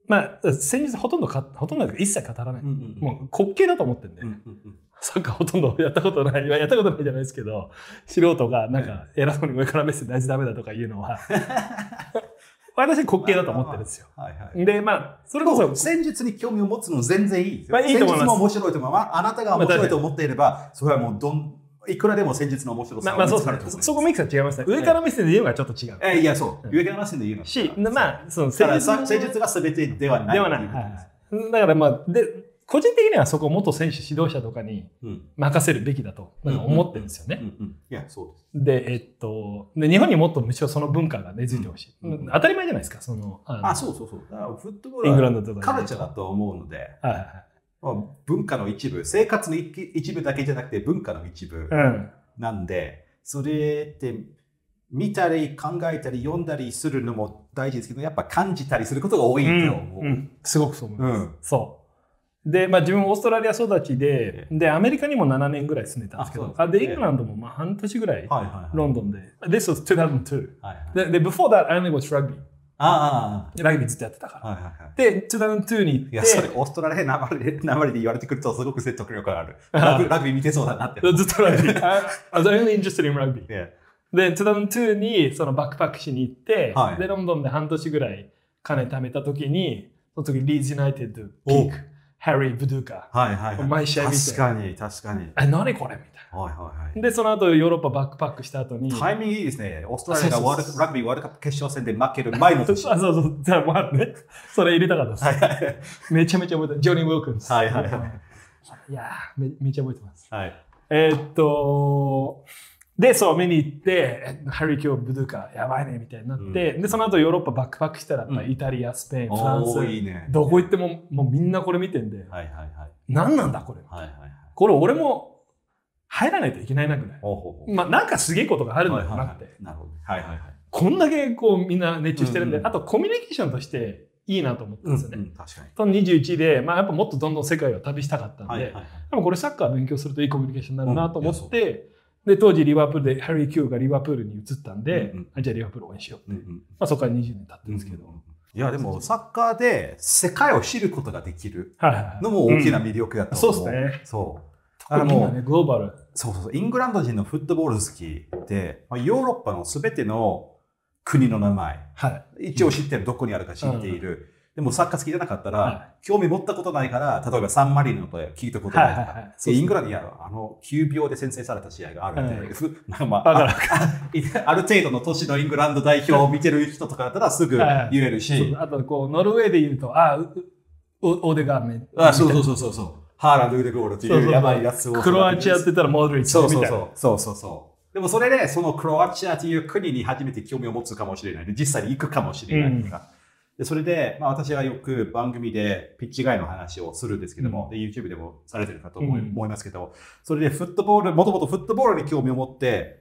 まあ、戦術ほとんど一切語らない。もう滑稽だと思ってるんで。サッカーほとんどやったことないじゃないですけど、素人がなんか偉そうに上から目線大事ダメだとか言うのは、私は滑稽だと思ってるんですよ。で、まあ、それこそ。 戦術に興味を持つの全然いいですよ。 まあ、いいと思います。 戦術も面白いと思う。あなたが面白いと思っていれば、それはもういくらでも戦術の面白さを見つかると思います。 そこミキさん違いますね。上から目線で言うのがちょっと違う。 いや、そう。上から目線で言うのし、まあ、その戦術が全てではない。 ではない。だからまあ、個人的にはそこを元選手指導者とかに任せるべきだと思ってるんですよね。 いや、そうです。 で、日本にもっとむしろその文化が根付いてほしい。当たり前じゃないですか、その。 そう。だからフットボールはカルチャーだと思うので、文化の一部、生活の一部だけじゃなくて文化の一部なんで、それって見たり考えたり読んだりするのも大事ですけど、やっぱ感じたりすることが多いと思う。 すごくそう思います。そう。で、まあ自分オーストラリア育ちで、アメリカにも7年ぐらい住んでたんですけど、で、イングランドもまあ半年ぐらい、ロンドンで。This was 2002。で、before that, I only was rugby。ラグビーずっとやってたから。で、2002に行って。いや、それ、 オーストラリアなまりで言われてくると、すごく説得力がある。ラグビー見てそうだなって。 ずっとラグビー。I was only interested in rugby。で、2002にそのバックパックしに行って、で、ロンドンで半年ぐらい金貯めた時に、その時リーズユナイテッド、ピーク。ハリー・ブドゥーカ。毎試合見て。 確かに。 何これみたいな。で、その後ヨーロッパバックパックした後に。 タイミングいいですね。オーストラリアがラグビーワールドカップ決勝戦で負ける前の年。 そう。じゃあ、ね。それ入れたかったです。めちゃめちゃ覚えてる。ジョニー・ウィルキンス。いやめっちゃ覚えてます。で、そう、見に行って、ハリー・今日ブドゥーカやばいね、みたいになって、で、その後ヨーロッパバックパックしたら、イタリア、スペイン、フランス、どこ行っても、もうみんなこれ見てんで、何なんだ、これ。これ、俺も入らないといけないな、ぐらい。まあ、なんかすげえことがあるんだよなって。こんだけこうみんな熱中してるんで、あとコミュニケーションとしていいなと思ったんですよね。その21で、まあやっぱもっとどんどん世界を旅したかったんで、でもこれサッカー勉強するといいコミュニケーションになるなと思って、で、当時リバプールで、ハリー・キューがリバプールに移ったんで、じゃあリバプール応援しようって。まあそこから20年経ってるんですけど。 いや、でもサッカーで世界を知ることができるのも大きな魅力だと思う。 そうですね。 そう。 特に今ね、グローバル。 イングランド人のフットボール好きで、ヨーロッパのすべての国の名前、一応知ってる、どこにあるか知っている。でもサッカー好きじゃなかったら、興味持ったことないから、例えばサンマリノと聞いたことないとか、イングランドに9秒で先制された試合があるんで、ある程度の都市のイングランド代表を見てる人とかだったらすぐ言えるし。 あと、ノルウェーで言うと、オーデガーメン。 そう。ハーランド・ウデゴールっていうやばいやつを。 クロアチアって言ったらモドリッチみたいな。 そう。でもそれで、そのクロアチアという国に初めて興味を持つかもしれない。実際に行くかもしれないとか。でそれで、まあ私はよく番組でピッチ外の話をするんですけども、で YouTube でもされてるかと思いますけど、それでフットボール、もともとフットボールに興味を持って、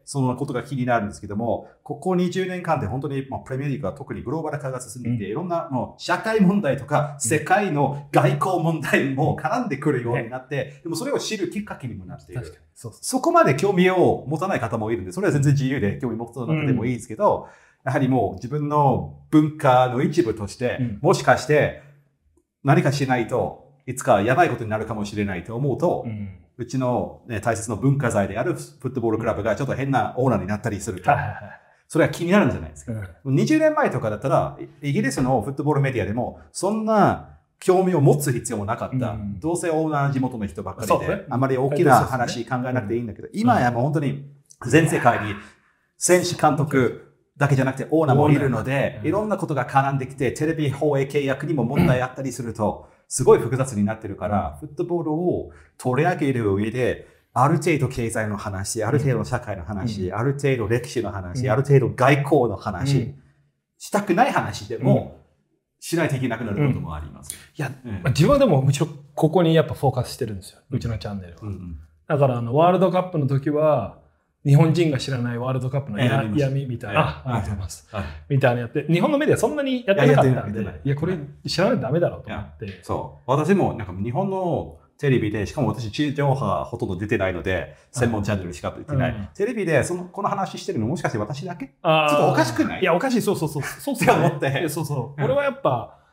そのことが気になるんですけども、ここ20年間で本当に、プレミアリーグは特にグローバル化が進んでいて、いろんな社会問題とか世界の外交問題も絡んでくるようになって、でもそれを知るきっかけにもなっている。そこまで興味を持たない方もいるんで、それは全然自由で興味持つのでもいいですけど、やはりもう自分の文化の一部として、もしかして何かしないといつかやばいことになるかもしれないと思うと、うちの、大切な文化財であるフットボールクラブがちょっと変なオーナーになったりすると、それは気になるんじゃないですか。20年前とかだったら、イギリスのフットボールメディアでも、そんな興味を持つ必要もなかった。どうせオーナー地元の人ばっかりで、あまり大きな話考えなくていいんだけど、今やもう本当に全世界に選手監督、だけじゃなくてオーナーもいるので、いろんなことが絡んできて、テレビ放映契約にも問題あったりすると、すごい複雑になってるから、フットボールを取り上げる上で、ある程度経済の話、ある程度社会の話、ある程度歴史の話、ある程度外交の話、したくない話でも、しないといけなくなることもあります。 いや、自分はでもむしろここにやっぱフォーカスしてるんですよ。うちのチャンネルは。だからワールドカップの時は、日本人が知らないワールドカップの闇みたいな、ありがとうございます。みたいなやって、日本のメディアそんなにやってなかったんで、いや、これ知らないとダメだろうと思って。 そう。私もなんか日本のテレビで、しかも私地上波ほとんど出てないので、専門チャンネルしか出てない。テレビでこの話してるのもしかして私だけちょっとおかしくない？ いや、おかしい、そう。 って思って。 そう。俺はやっぱ、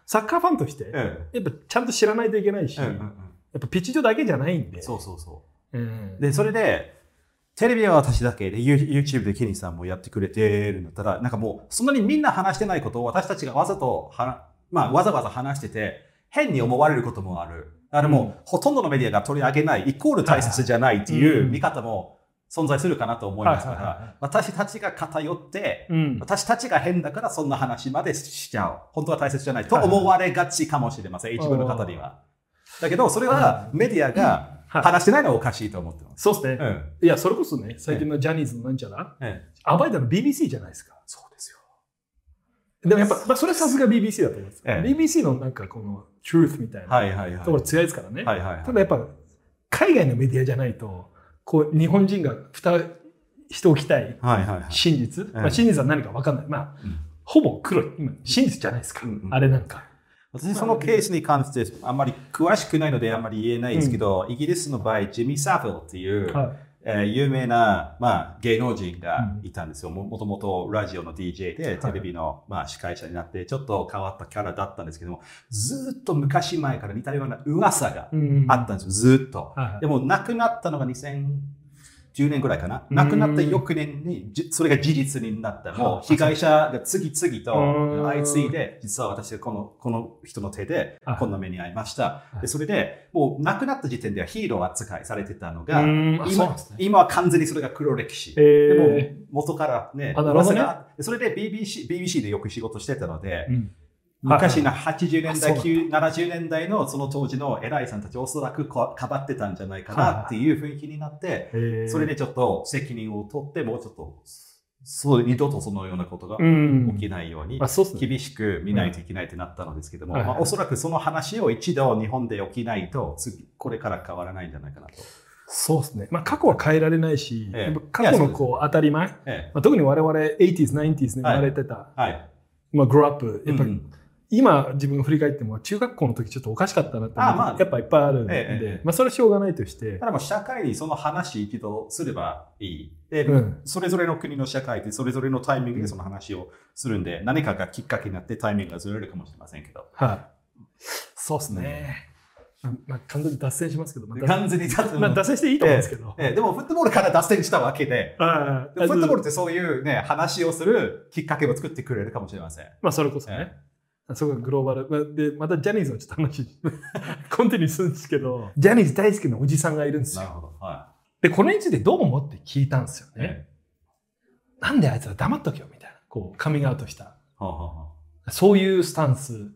サッカーファンとして、やっぱちゃんと知らないといけないし、やっぱピッチ上だけじゃないんで。 そうそうそう。で、それで、テレビは私だけで、YouTube でケニーさんもやってくれてるんだったら、なんかもう、そんなにみんな話してないことを私たちがわざわざ話してて、変に思われることもある。もう、ほとんどのメディアが取り上げない、イコール大切じゃないっていう見方も存在するかなと思いますから、私たちが偏って、私たちが変だからそんな話までしちゃう。本当は大切じゃないと思われがちかもしれません、一部の方には。だけど、それはメディアが話してないのはおかしいと思ってます。 そうですね。いや、それこそね、最近のジャニーズのなんちゃら、暴いたの BBC じゃないですか。 そうですよ。 でもやっぱ、それはさすが BBC だと思います。BBC のなんかこの truth みたいなところ強いですからね。ただやっぱ、海外のメディアじゃないと、こう日本人がしておきたい真実、真実は何か分かんない。ほぼ黒い。今、真実じゃないですか。あれなんか。 私、そのケースに関してあんまり詳しくないのであんまり言えないですけど、イギリスの場合、ジミー・サヴィルっていう、有名な、芸能人がいたんですよ。もともとラジオの DJ でテレビの、司会者になって、ちょっと変わったキャラだったんですけども、ずっと昔前から似たような噂があったんですよ。ずっと。でも亡くなったのが2010年ぐらいかな。亡くなった翌年に、それが事実になった。もう被害者が次々と相次いで、実は私はこの人の手でこんな目に遭いました。でそれで、もう亡くなった時点ではヒーロー扱いされてたのが、今は完全にそれが黒歴史。でも元からね、噂が、それで BBC でよく仕事してたので、昔の80年代、70年代のその当時の偉いさんたちおそらくかばってたんじゃないかなっていう雰囲気になって、それでちょっと責任を取ってもうちょっと、二度とそのようなことが起きないように厳しく見ないといけないってなったのですけども、おそらくその話を一度日本で起きないと、これから変わらないんじゃないかなと。 そうですね。過去は変えられないし、過去の当たり前、特に我々 80s、90s に生まれてた、グローアップ、やっぱり今自分が振り返っても中学校の時ちょっとおかしかったなってやっぱいっぱいあるんで、それはしょうがないとして。 ただもう社会にその話一度すればいい。で、それぞれの国の社会でそれぞれのタイミングでその話をするんで、何かがきっかけになってタイミングがずれるかもしれませんけど。 そうですね。完全に脱線しますけど、 完全に脱線していいと思うんですけど。 でもフットボールから脱線したわけで、フットボールってそういうね、話をするきっかけを作ってくれるかもしれません。 それこそね。そこがグローバル。で、またジャニーズのちょっと話、コンティニューするんですけど、ジャニーズ大好きなおじさんがいるんですよ。 なるほど。 で、これについてどう思って聞いたんですよね。なんであいつら黙っとけよみたいな。こう、カミングアウトした。そういうスタンス。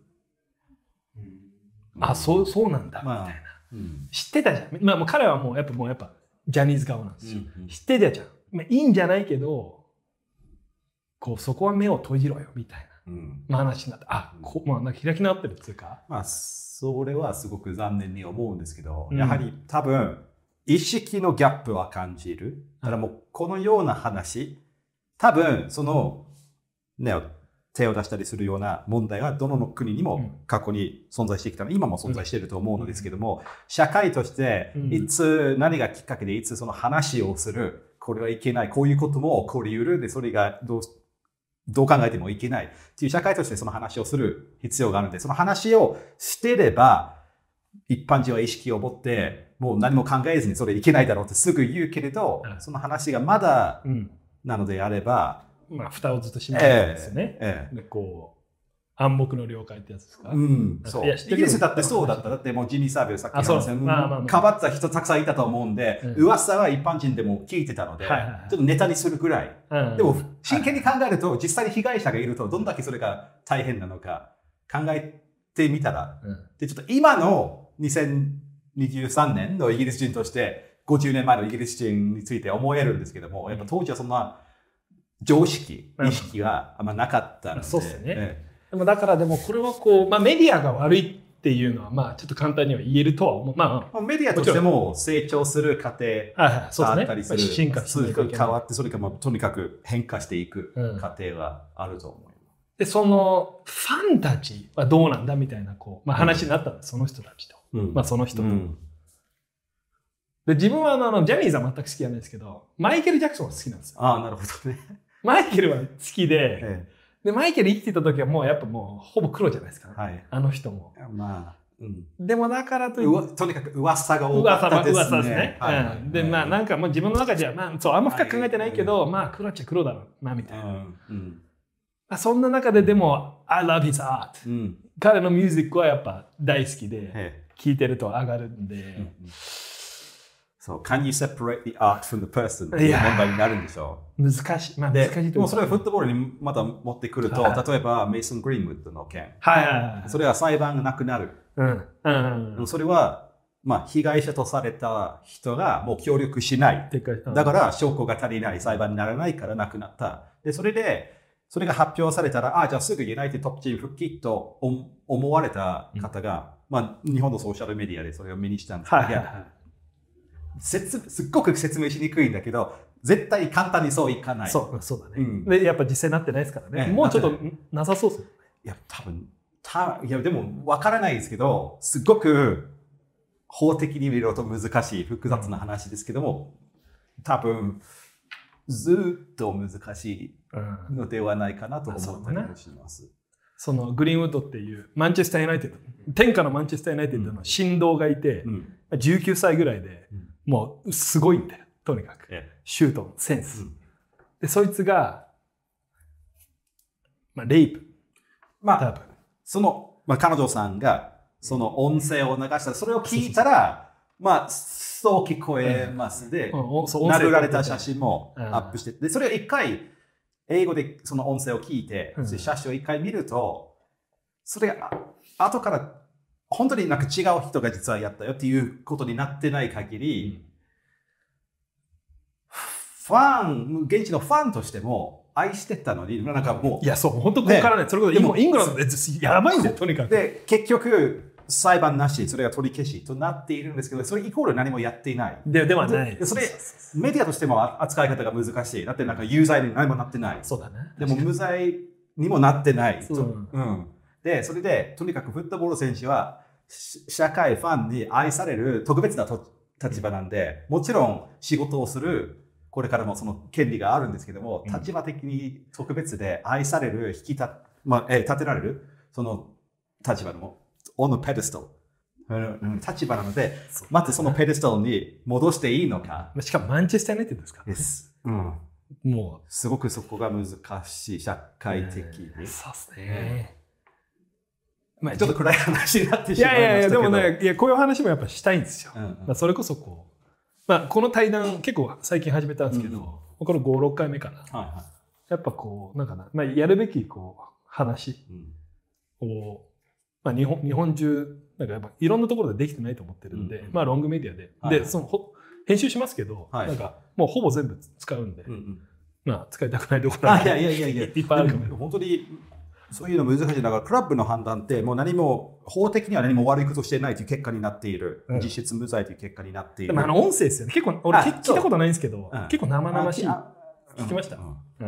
そうなんだ、みたいな。知ってたじゃん。もう彼はもうやっぱ、ジャニーズ側なんですよ。知ってたじゃん。いいんじゃないけど、こう、そこは目を閉じろよ、みたいな。話になって、なんか開き直ってるっていうか。 それはすごく残念に思うんですけど、やはり多分、意識のギャップは感じる。だからもう、このような話、多分、その、ね、手を出したりするような問題はどの国にも過去に存在してきたの、今も存在していると思うのですけども、社会としていつ何がきっかけでいつその話をする、これはいけない、こういうことも起こりうる、でそれがどう考えてもいけないっていう社会としてその話をする必要があるので、その話をしてれば一般人は意識を持ってもう何も考えずにそれいけないだろうってすぐ言うけれど、その話がまだなのであれば、 蓋をずっと閉めるんですよね。でこう暗黙の了解ってやつですか。 そう。イギリスだってそうだった。だってもうジミー・サーベルさっき話したかばった人たくさんいたと思うんで、噂は一般人でも聞いてたので、ちょっとネタにするぐらい。でも真剣に考えると、実際に被害者がいるとどんだけそれが大変なのか考えてみたら、でちょっと今の2023年のイギリス人として50年前のイギリス人について思えるんですけども、やっぱ当時はそんな常識、意識があんまなかったので。 そうですね。でもこれはこう、メディアが悪いっていうのはちょっと簡単には言えるとは思う。 メディアとしても成長する過程があったりする。 進化していく。 変わって、それからとにかく変化していく過程はあると思います。 で、そのファンたちはどうなんだみたいな話になったんです、その人たちと。その人と。で、自分はジャニーズは全く好きじゃないですけど、マイケル・ジャクソンは好きなんですよ。 なるほどね。 マイケルは好きで、 で、マイケル生きてた時はもうやっぱもうほぼ黒じゃないですか、 はい、 あの人も。 まあ、うん、 でもだからといってとにかく噂が多かったですね。 噂ですね。で、まあなんかもう自分の中では、まあそうあんま深く考えてないけど、まあ黒っちゃ黒だろうなみたいな。そんな中ででも I love his art、彼のミュージックはやっぱ大好きで、聴いてると上がるんで。 そう、can you separate the art from the person っていう問題になるんでしょう。 難しい。まあ難しいというか。 でもそれはフットボールにまた持ってくると、例えばメイソン・グリーンウッドの件。それは裁判がなくなる。それは、まあ、被害者とされた人がもう協力しない。だから証拠が足りない。裁判にならないからなくなった。で、それが発表されたら、じゃあすぐユナイテッドトップチーム復帰と思われた方が、まあ、日本のソーシャルメディアでそれを目にしたんですけど、すっごく説明しにくいんだけど、絶対簡単にそういかない。 そうだね。で、やっぱ実際なってないですからね。もうちょっとなさそうですよ。 いや、いや、でも分からないですけど、すっごく法的に見ると難しい、複雑な話ですけども、多分、ずっと難しいのではないかなと思ったりもします。 そのグリーンウッドっていうマンチェスターユナイテッド、天下のマンチェスターユナイテッドの神童がいて、19歳ぐらいで、もうすごいんだよ、とにかく。シュートのセンス。で、そいつが、レイプ。 彼女さんが、その音声を流したら、それを聞いたら、そう聞こえますで、殴られた写真もアップして、で、それを一回、英語でその音声を聞いて、写真を一回見ると、それが後から本当になんか違う人が実はやったよっていうことになってない限り、現地のファンとしても愛してたのに、なんかもう。 いや、そう、本当ここからね、それこそ今イングランドでやばいんだよ、とにかく。 で、結局、裁判なし、それが取り消しとなっているんですけど、それイコール何もやっていない。 ではない。 それ、メディアとしても扱い方が難しい。だってなんか有罪に何もなってない。 そうだね。 でも無罪にもなってない。で、それで、とにかくフットボール選手は、社会、ファンに愛される特別な立場なんで、もちろん仕事をする、これからもその権利があるんですけども、立場的に特別で愛される、立てられる、その立場の、on the pedestal。立場なので、またそのペデスタルに戻していいのか。 しかもマンチェスターユナイテッドですからね。 もう、すごくそこが難しい、社会的に。 そうですね。 ちょっと暗い話になってしまいましたけど。 いや、でもね、こういう話もやっぱしたいんですよ。それこそこう、この対談結構最近始めたんですけど、これ5、6回目かな。やっぱこう、なんかな、やるべきこう話を、日本中、なんかやっぱいろんなところでできてないと思ってるんで、ロングメディアで、で、その編集しますけど、なんかもうほぼ全部使うんで、使いたくないところいや、いっぱいあるけど、本当にそういうの難しい。だから、クラブの判断って、もう何も、法的には何も悪いことしてないという結果になっている。実質無罪という結果になっている。 でも音声ですよね。結構、俺聞いたことないんですけど、結構生々しい。聞きました。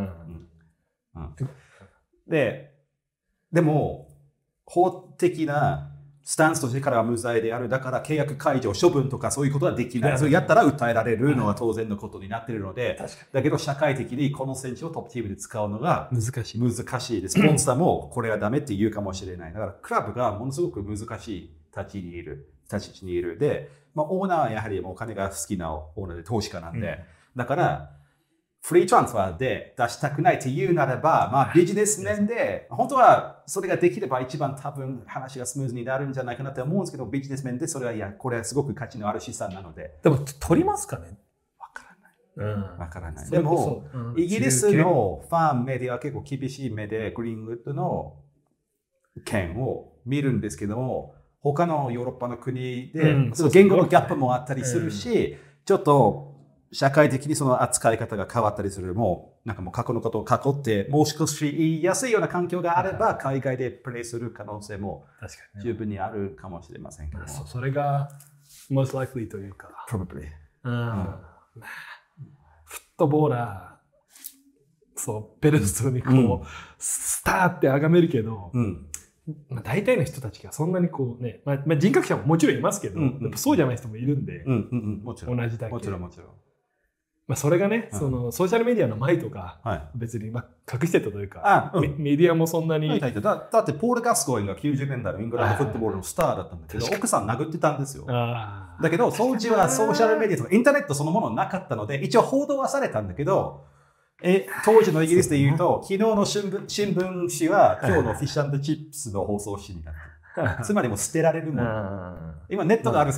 でも、法的なスタンスとしてからは無罪である。だから契約解除、処分とかそういうことはできない。それやったら訴えられるのは当然のことになっているので、だけど社会的にこの選手をトップチームで使うのが難しいです。スポンサーもこれはダメって言うかもしれない。だからクラブがものすごく難しい立ち位置にいる。で、オーナーはやはりお金が好きなオーナーで投資家なんで、だから、フリートランスファーで出したくないというならば、ビジネス面で、本当はそれができれば一番多分話がスムーズになるんじゃないかなと思うんですけど、ビジネス面でそれは、これはすごく価値のある資産なので。 でも、取りますかね？ わからない。でも、イギリスのファンメディアは結構厳しい目で、グリーンウッドの件を見るんですけども、他のヨーロッパの国で、言語のギャップもあったりするし、ちょっと、社会的にその扱い方が変わったりする。なんかもう過去のことを囲って、もう少し言いやすいような環境があれば、海外でプレイする可能性も十分にあるかもしれませんけど。 それが most likely というか。 probably。 フットボーラー、ペレストにこう、スターって崇めるけど、大体の人たちがそんなにこうね、人格者ももちろんいますけど、やっぱそうじゃない人もいるんで、 もちろん同じだけ。 もちろん。 それがね、そのソーシャルメディアの前とか、別に隠してたというか、メディアもそんなに。 だってポール・ガスコインが90年代のイングランドフットボールのスターだったんだけど、奥さん殴ってたんですよ。だけど、当時はソーシャルメディアとかインターネットそのものなかったので、一応報道はされたんだけど、当時のイギリスで言うと、昨日の新聞紙は今日のフィッシュ&チップスの放送紙になってる。つまりもう捨てられるもの。今ネットがあるから、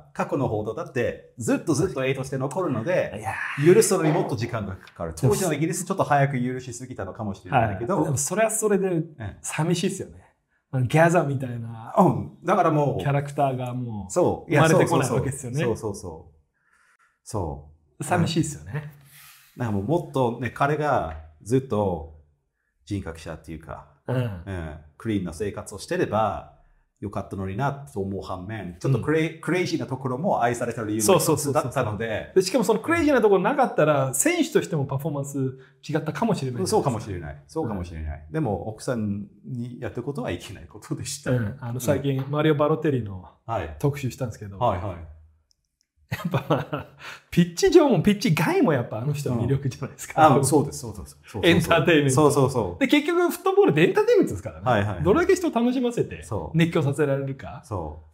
過去の報道だってずっと絵として残るので、許すのにもっと時間がかかる。当時のイギリスちょっと早く許しすぎたのかもしれないけど。 でもそれはそれで寂しいですよね。ギャザーみたいな。 だからもう。 キャラクターがもう生まれてこないわけですよね。 そう。 寂しいですよね。 だからもっとね、彼がずっと人格者っていうか、クリーンな生活をしてれば、よかったのになと思う反面、ちょっとクレイジーなところも愛された理由の一つだったので。 しかもそのクレイジーなところなかったら、選手としてもパフォーマンス違ったかもしれない。 そうかもしれない。でも、奥さんにやったことはいけないことでした。 最近、マリオ・バロテリの特集したんですけど、やっぱ、ピッチ上もピッチ外もやっぱあの人は魅力じゃないですか。 そうです。 エンターテインメント。 そう。 で、結局フットボールってエンターテインメントですからね。どれだけ人を楽しませて熱狂させられるか。 そう。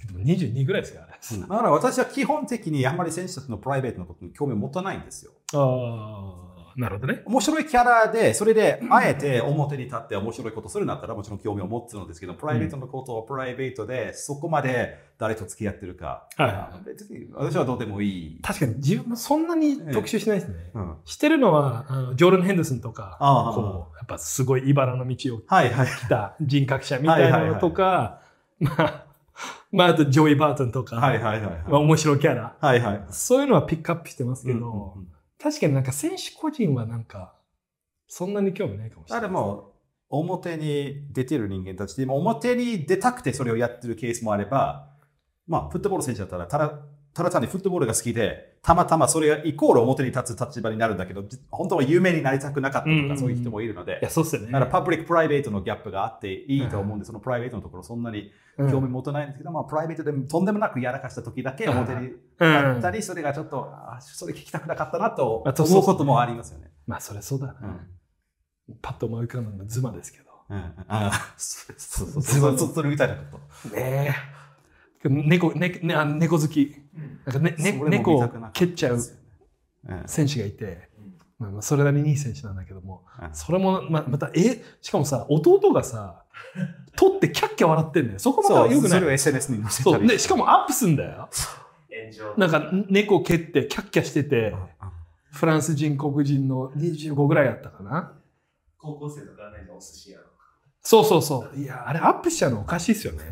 でも22ぐらいですからね。 だから私は基本的にあんまり選手たちのプライベートのことに興味を持たないんですよ。 なるほどね。 面白いキャラで、それであえて表に立って面白いことするんだったらもちろん興味を持つのですけど、プライベートのことをプライベートでそこまで誰と付き合ってるか、別に私はどうでもいい。 確かに自分もそんなに特集しないですね。してるのはジョーダン・ヘンダーソンとか、やっぱすごい茨の道を来た人格者みたいなのとか、あとジョイ・バートンとか、面白いキャラ、そういうのはピックアップしてますけど、確かになんか選手個人はなんかそんなに興味ないかもしれない。 でも表に出てる人間たちでも表に出たくてそれをやってるケースもあれば、フットボール選手だったらただ単にフットボールが好きでたまたまそれがイコール表に立つ立場になるんだけど、本当は有名になりたくなかったとかそういう人もいるので、 そうですよね。 だからパブリックプライベートのギャップがあっていいと思うんで、そのプライベートのところそんなに興味持たないんですけど、プライベートでとんでもなくやらかした時だけ表に立ったり、それがちょっとそれ聞きたくなかったなと思うこともありますよね。 それそうだな。パッと思い浮かぶのがズマですけど。 それみたいなこと。 猫好き。猫を蹴っちゃう選手がいて、それなりにいい選手なんだけども、それもまたしかもさ、弟がさ取ってキャッキャ笑ってんだよ。そこまでよくない。 それを SNS に載せたりでしかもアップすんだよ。なんか猫を蹴ってキャッキャしてて、フランス人黒人の25ぐらいだったかな。 高校生とかね、お寿司屋。 そう。いや、あれアップしちゃうのおかしいっすよね。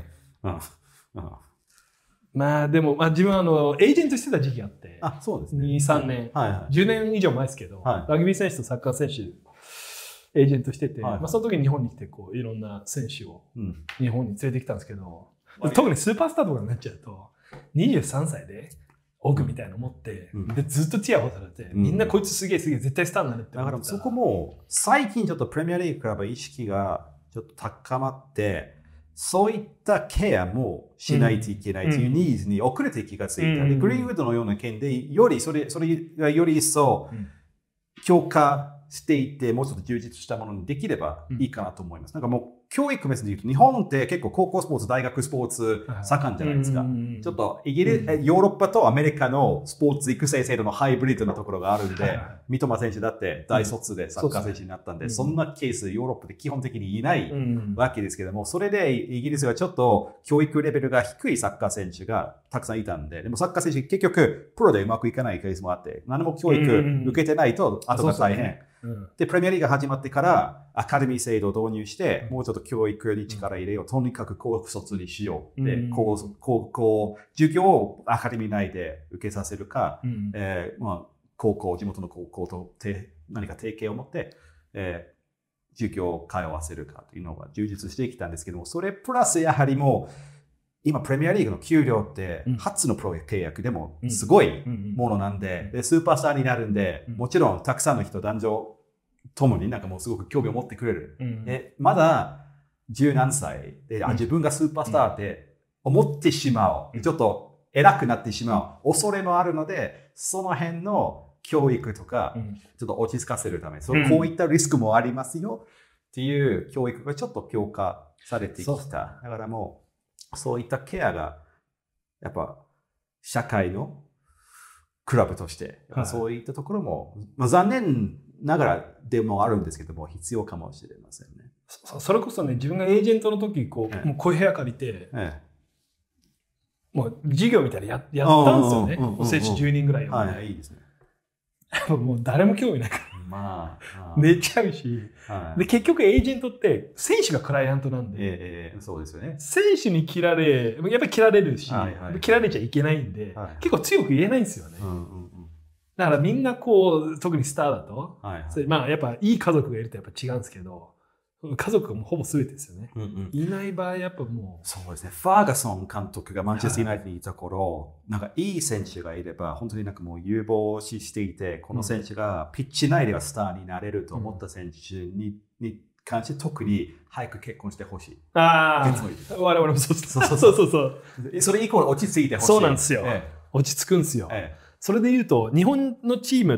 でも、自分はエージェントしてた時期があって、 そうですね。 2、3年、10年以上前ですけど、ラグビー選手とサッカー選手、エージェントしてて、その時に日本に来て、いろんな選手を日本に連れてきたんですけど、特にスーパースターとかになっちゃうと、23歳で奥みたいなの持って、でずっとチヤホヤされて、みんなこいつすげえ絶対スターになるってだからそこも最近ちょっとプレミアリーグから意識がちょっと高まって、そういったケアもしないといけないというニーズに遅れて気がついた。でグリーンウッドのような件でよりそれがより一層強化していってもうちょっと充実したものにできればいいかなと思います。なんかもう教育面で言うと日本って結構高校スポーツ、大学スポーツ盛んじゃないですか。ちょっとヨーロッパとアメリカのスポーツ育成制度のハイブリッドなところがあるんで、三笘選手だって大卒でサッカー選手になったんで、そんなケースヨーロッパで基本的にいないわけですけども、それでイギリスはちょっと教育レベルが低いサッカー選手がたくさんいたんで、でもサッカー選手結局プロでうまくいかないケースもあって、何も教育受けてないと後が大変。で、プレミアリーグが始まってからアカデミー制度を導入して、もうちょっと教育に力入れよう。とにかく高卒にしよう。で、高校、授業をアカデミー内で受けさせるか、地元の高校と何か提携を持って、授業を通わせるかというのが充実してきたんですけども、それプラスやはりもう、今プレミアリーグの給料って初のプロ契約でもすごいものなんで、スーパースターになるんで、もちろんたくさんの人男女ともになんかもうすごく興味を持ってくれる。まだ十何歳で、自分がスーパースターって思ってしまう。ちょっと偉くなってしまう恐れもあるので、その辺の教育とか、ちょっと落ち着かせるため、こういったリスクもありますよっていう教育がちょっと強化されてきた。だからもう、そういったケアが、やっぱ、社会のクラブとして、そういったところも、残念ながらでもあるんですけども、必要かもしれませんね。 それこそね、自分がエージェントの時、もうこういう部屋借りて、もう授業みたいなやったんですよね。選手10人ぐらい。 はい、いいですね。 もう誰も興味ないから。寝ちゃうし、で、結局エージェントって選手がクライアントなんで、 そうですよね。 選手にやっぱり切られるし、切られちゃいけないんで、結構強く言えないんですよね。だからみんな特にスターだと、やっぱいい家族がいるとやっぱ違うんですけど、家族がもうほぼ全てですよね。いない場合やっぱもう。 そうですね。ファーガソン監督がマンチェスターユナイテッドにいた頃、なんかいい選手がいれば、本当になんかもう有望視していて、この選手がピッチ内ではスターになれると思った選手に関して特に早く結婚してほしい。 我々もそう。それ以降落ち着いてほしい。 そうなんですよ。落ち着くんですよ。それで言うと、日本のチームって、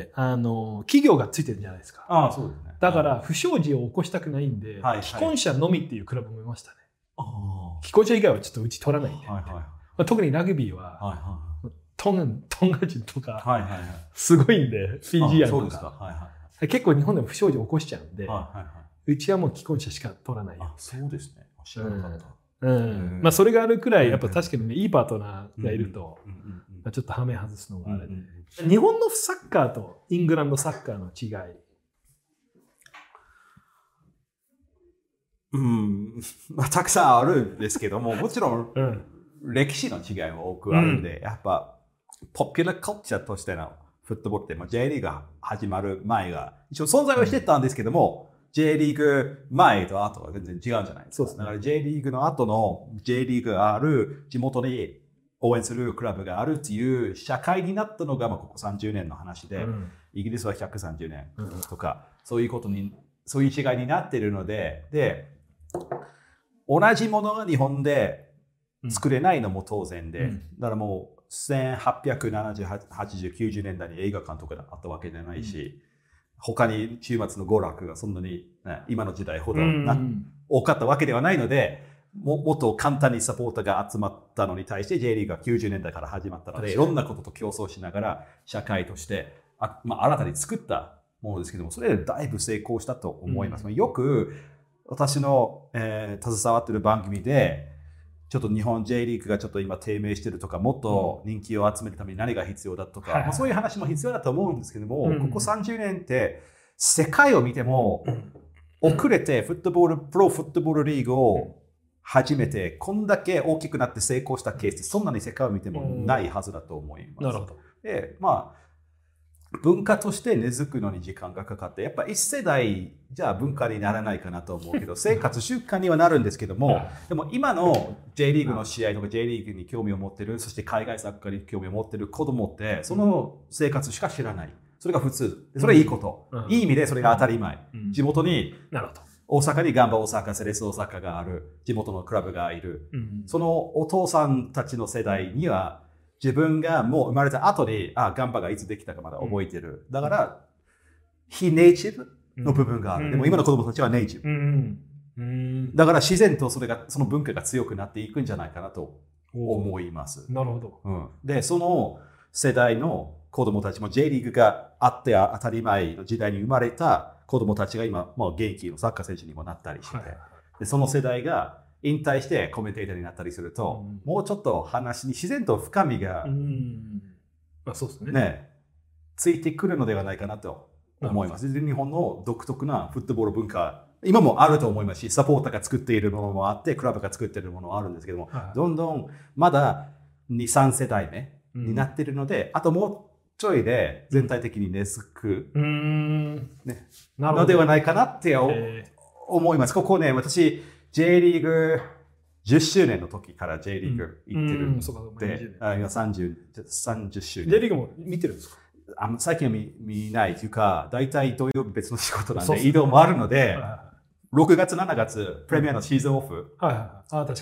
企業がついてるんじゃないですか。 そうですね。 だから、不祥事を起こしたくないんで、既婚者のみっていうクラブもいましたね。既婚者以外はちょっとうち取らないんで。特にラグビーは、トンガ人とか、すごいんで、フィジーアンとか。結構日本でも不祥事を起こしちゃうんで、うちはもう既婚者しか取らない。 そうですね。知らなかった。 それがあるくらい、やっぱ確かにね、いいパートナーがいると、ちょっとハメ外すのがあれで。日本のサッカーとイングランドサッカーの違い。 たくさんあるんですけども、もちろん歴史の違いも多くあるんで、やっぱポピュラーカルチャーとしてのフットボールって、J リーグが始まる前が一応存在はしてたんですけども、J リーグ前と後は全然違うんじゃないですか。だから J リーグの後の J リーグがある地元に応援するクラブがあるっていう社会になったのがここ30年の話で、イギリスは130年とか、そういう違いになっているので、同じものが日本で作れないのも当然で、だからもう1870、80、90年代に映画館とかあったわけじゃないし、他に週末の娯楽がそんなに、今の時代ほど多かったわけではないので、もっと簡単にサポーターが集まったのに対して J リーグが90年代から始まったので、いろんなことと競争しながら社会として新たに作ったものですけども、それでだいぶ成功したと思います。よく私の、携わっている番組で、ちょっと日本 J リーグがちょっと今低迷してるとか、もっと人気を集めるために何が必要だとか、そういう話も必要だと思うんですけども、ここ30年って世界を見ても遅れてプロフットボールリーグを始めて、こんだけ大きくなって成功したケースってそんなに世界を見てもないはずだと思います。 なるほど。 で、文化として根付くのに時間がかかって、やっぱ一世代じゃあ文化にならないかなと思うけど、生活習慣にはなるんですけども、でも今の J リーグの試合とか J リーグに興味を持ってる、そして海外サッカーに興味を持ってる子供って、その生活しか知らない。それが普通。それはいいこと。いい意味でそれが当たり前。地元に、大阪にガンバ大阪、セレッソ大阪がある、地元のクラブがいる。そのお父さんたちの世代には、自分がもう生まれた後に、ガンバがいつできたかまだ覚えてる。だから、非ネイティブの部分がある。でも今の子供たちはネイティブ。だから自然とその文化が強くなっていくんじゃないかなと思います。 なるほど。 で、その世代の子供たちも J リーグがあって当たり前の時代に生まれた子供たちが今、現役のサッカー選手にもなったりして、でその世代が引退してコメンテーターになったりすると、もうちょっと話に自然と深みが、 そうですね。 ついてくるのではないかなと思います。日本の独特なフットボール文化、今もあると思いますし、サポーターが作っているものもあって、クラブが作っているものもあるんですけども、どんどんまだ2、3世代目になっているので、あともうちょいで全体的に根付く、のではないかなって思います。ここね、私、J リーグ10周年の時から J リーグ行ってるんで、今30周年。 J リーグも見てるんですか？ 最近は見ないというか、大体土曜日別の仕事なんで移動もあるので、6月、7月、プレミアのシーズンオフ。 確かに。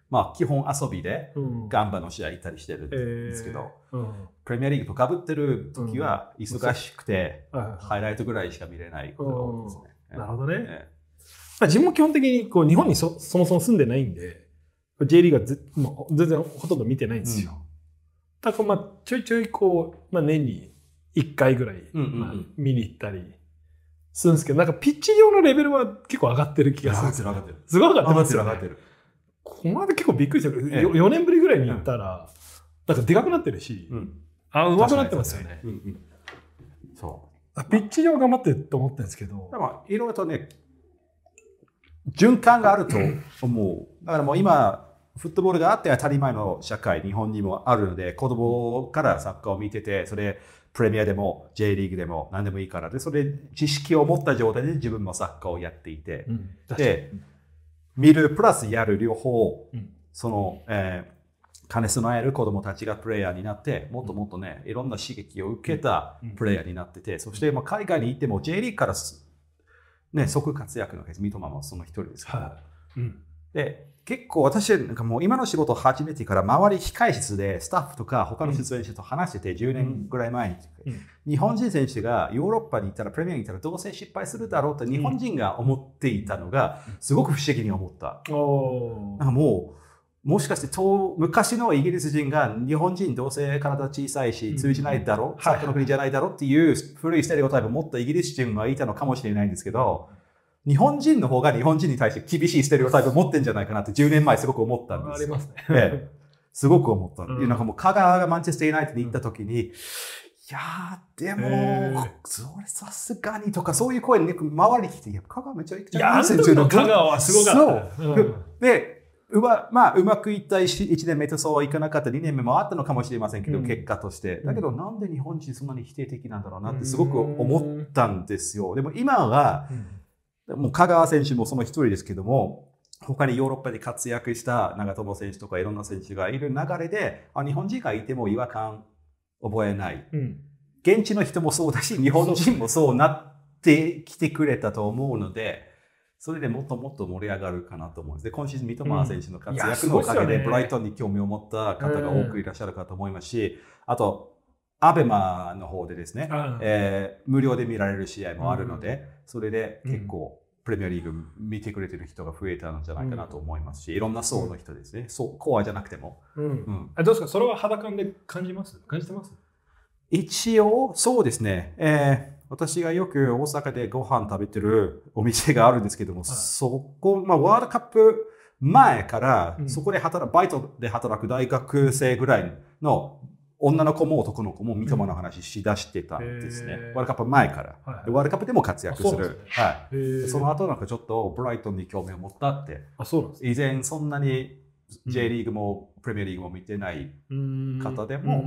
まあ基本遊びでガンバの試合行ったりしてるんですけど、プレミアリーグと被ってる時は忙しくて、ハイライトぐらいしか見れないことが多いですね。 なるほどね。自分も基本的にこう日本にそもそも住んでないんで、J リーグはもう全然ほとんど見てないんですよ。だからまあちょいちょいこう、まあ、年に1回ぐらい見に行ったりするんですけど、なんかピッチ上のレベルは結構上がってる気がするんですよ。すごい上がってますよね。この間結構びっくりしたけど、4年ぶりぐらいに行ったら、なんかでかくなってるし、上手くなってますよね。そう。ピッチ上頑張ってると思ってるんですけど。 いろいろとね、循環があると思う。だからもう今、フットボールがあって当たり前の社会、日本にもあるので、子供からサッカーを見てて、それプレミアでも J リーグでも何でもいいからで、それ知識を持った状態で自分もサッカーをやっていて、で、見るプラスやる両方、その、兼ね備える子供たちがプレイヤーになって、もっともっとね、いろんな刺激を受けたプレイヤーになってて、そしてまあ海外に行っても J リーグからね、即活躍のケース、三笘もその一人ですけど、で結構私なんかもう今の仕事を始めてから周り控室でスタッフとか他の出演者と話してて10年ぐらい前に、日本人選手がヨーロッパに行ったらプレミアに行ったらどうせ失敗するだろうって日本人が思っていたのがすごく不思議に思った。なんかもしかして昔のイギリス人が日本人どうせ体小さいし通じないだろう、サッカーの国じゃないだろうっていう古いステレオタイプを持ったイギリス人がいたのかもしれないんですけど、日本人の方が日本人に対して厳しいステレオタイプを持ってんじゃないかなって10年前すごく思ったんですよ。 ありますね。 すごく思った。なんかもう香川がマンチェスターユナイテッドに行った時に、いやーでも、それさすがにとかそういう声に、ね、周りに来て、香川めっちゃ行くじゃん。 いや、香川はすごかった。 そう。で、まあ、うまくいった1年目とそういかなかった2年目もあったのかもしれませんけど、結果として。だけど、なんで日本人そんなに否定的なんだろうなってすごく思ったんですよ。でも今は、もう香川選手もその一人ですけども、他にヨーロッパで活躍した長友選手とかいろんな選手がいる流れで、日本人がいても違和感覚えない。現地の人もそうだし、日本人もそうなってきてくれたと思うので、それでもっともっと盛り上がるかなと思うんです。で、今シーズン三笘選手の活躍のおかげで、ブライトンに興味を持った方が多くいらっしゃるかと思いますし、あと、アベマの方でですね、無料で見られる試合もあるので、それで結構プレミアリーグ見てくれてる人が増えたんじゃないかなと思いますし、いろんな層の人ですね、コアじゃなくても。 どうですか、それは肌感で感じてます？ 一応、そうですね。私がよく大阪でご飯食べてるお店があるんですけども、そこ、まあ、ワールドカップ前から、そこでバイトで働く大学生ぐらいの女の子も男の子も三笘の話しだしてたんですね。ワールドカップ前から。ワールドカップでも活躍する。その後なんかちょっとブライトンに興味を持ったって。以前そんなに J リーグもプレミアリーグも見てない方でも。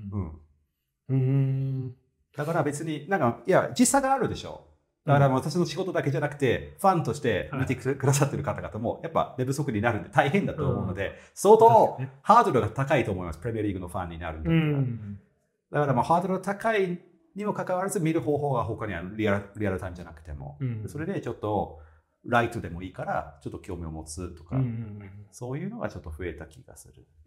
だから別になんか、いや、時差があるでしょ。だから私の仕事だけじゃなくて、ファンとして見てくださってる方々も、やっぱ寝不足になるんで大変だと思うので、相当ハードルが高いと思います。プレミアリーグのファンになるんだから。だからまあハードルが高いにもかかわらず見る方法が他にはリアルタイムじゃなくても、それでちょっとライトでもいいから、ちょっと興味を持つとか、そういうのがちょっと増えた気がする。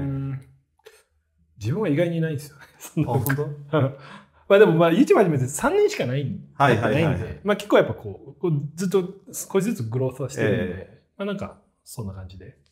自分は意外にいないんですよね。 本当まあでもまあ YouTube 始めて3年しかないんで、まあ結構やっぱこうずっと少しずつグロースはしてるんで、まあなんかそんな感じで、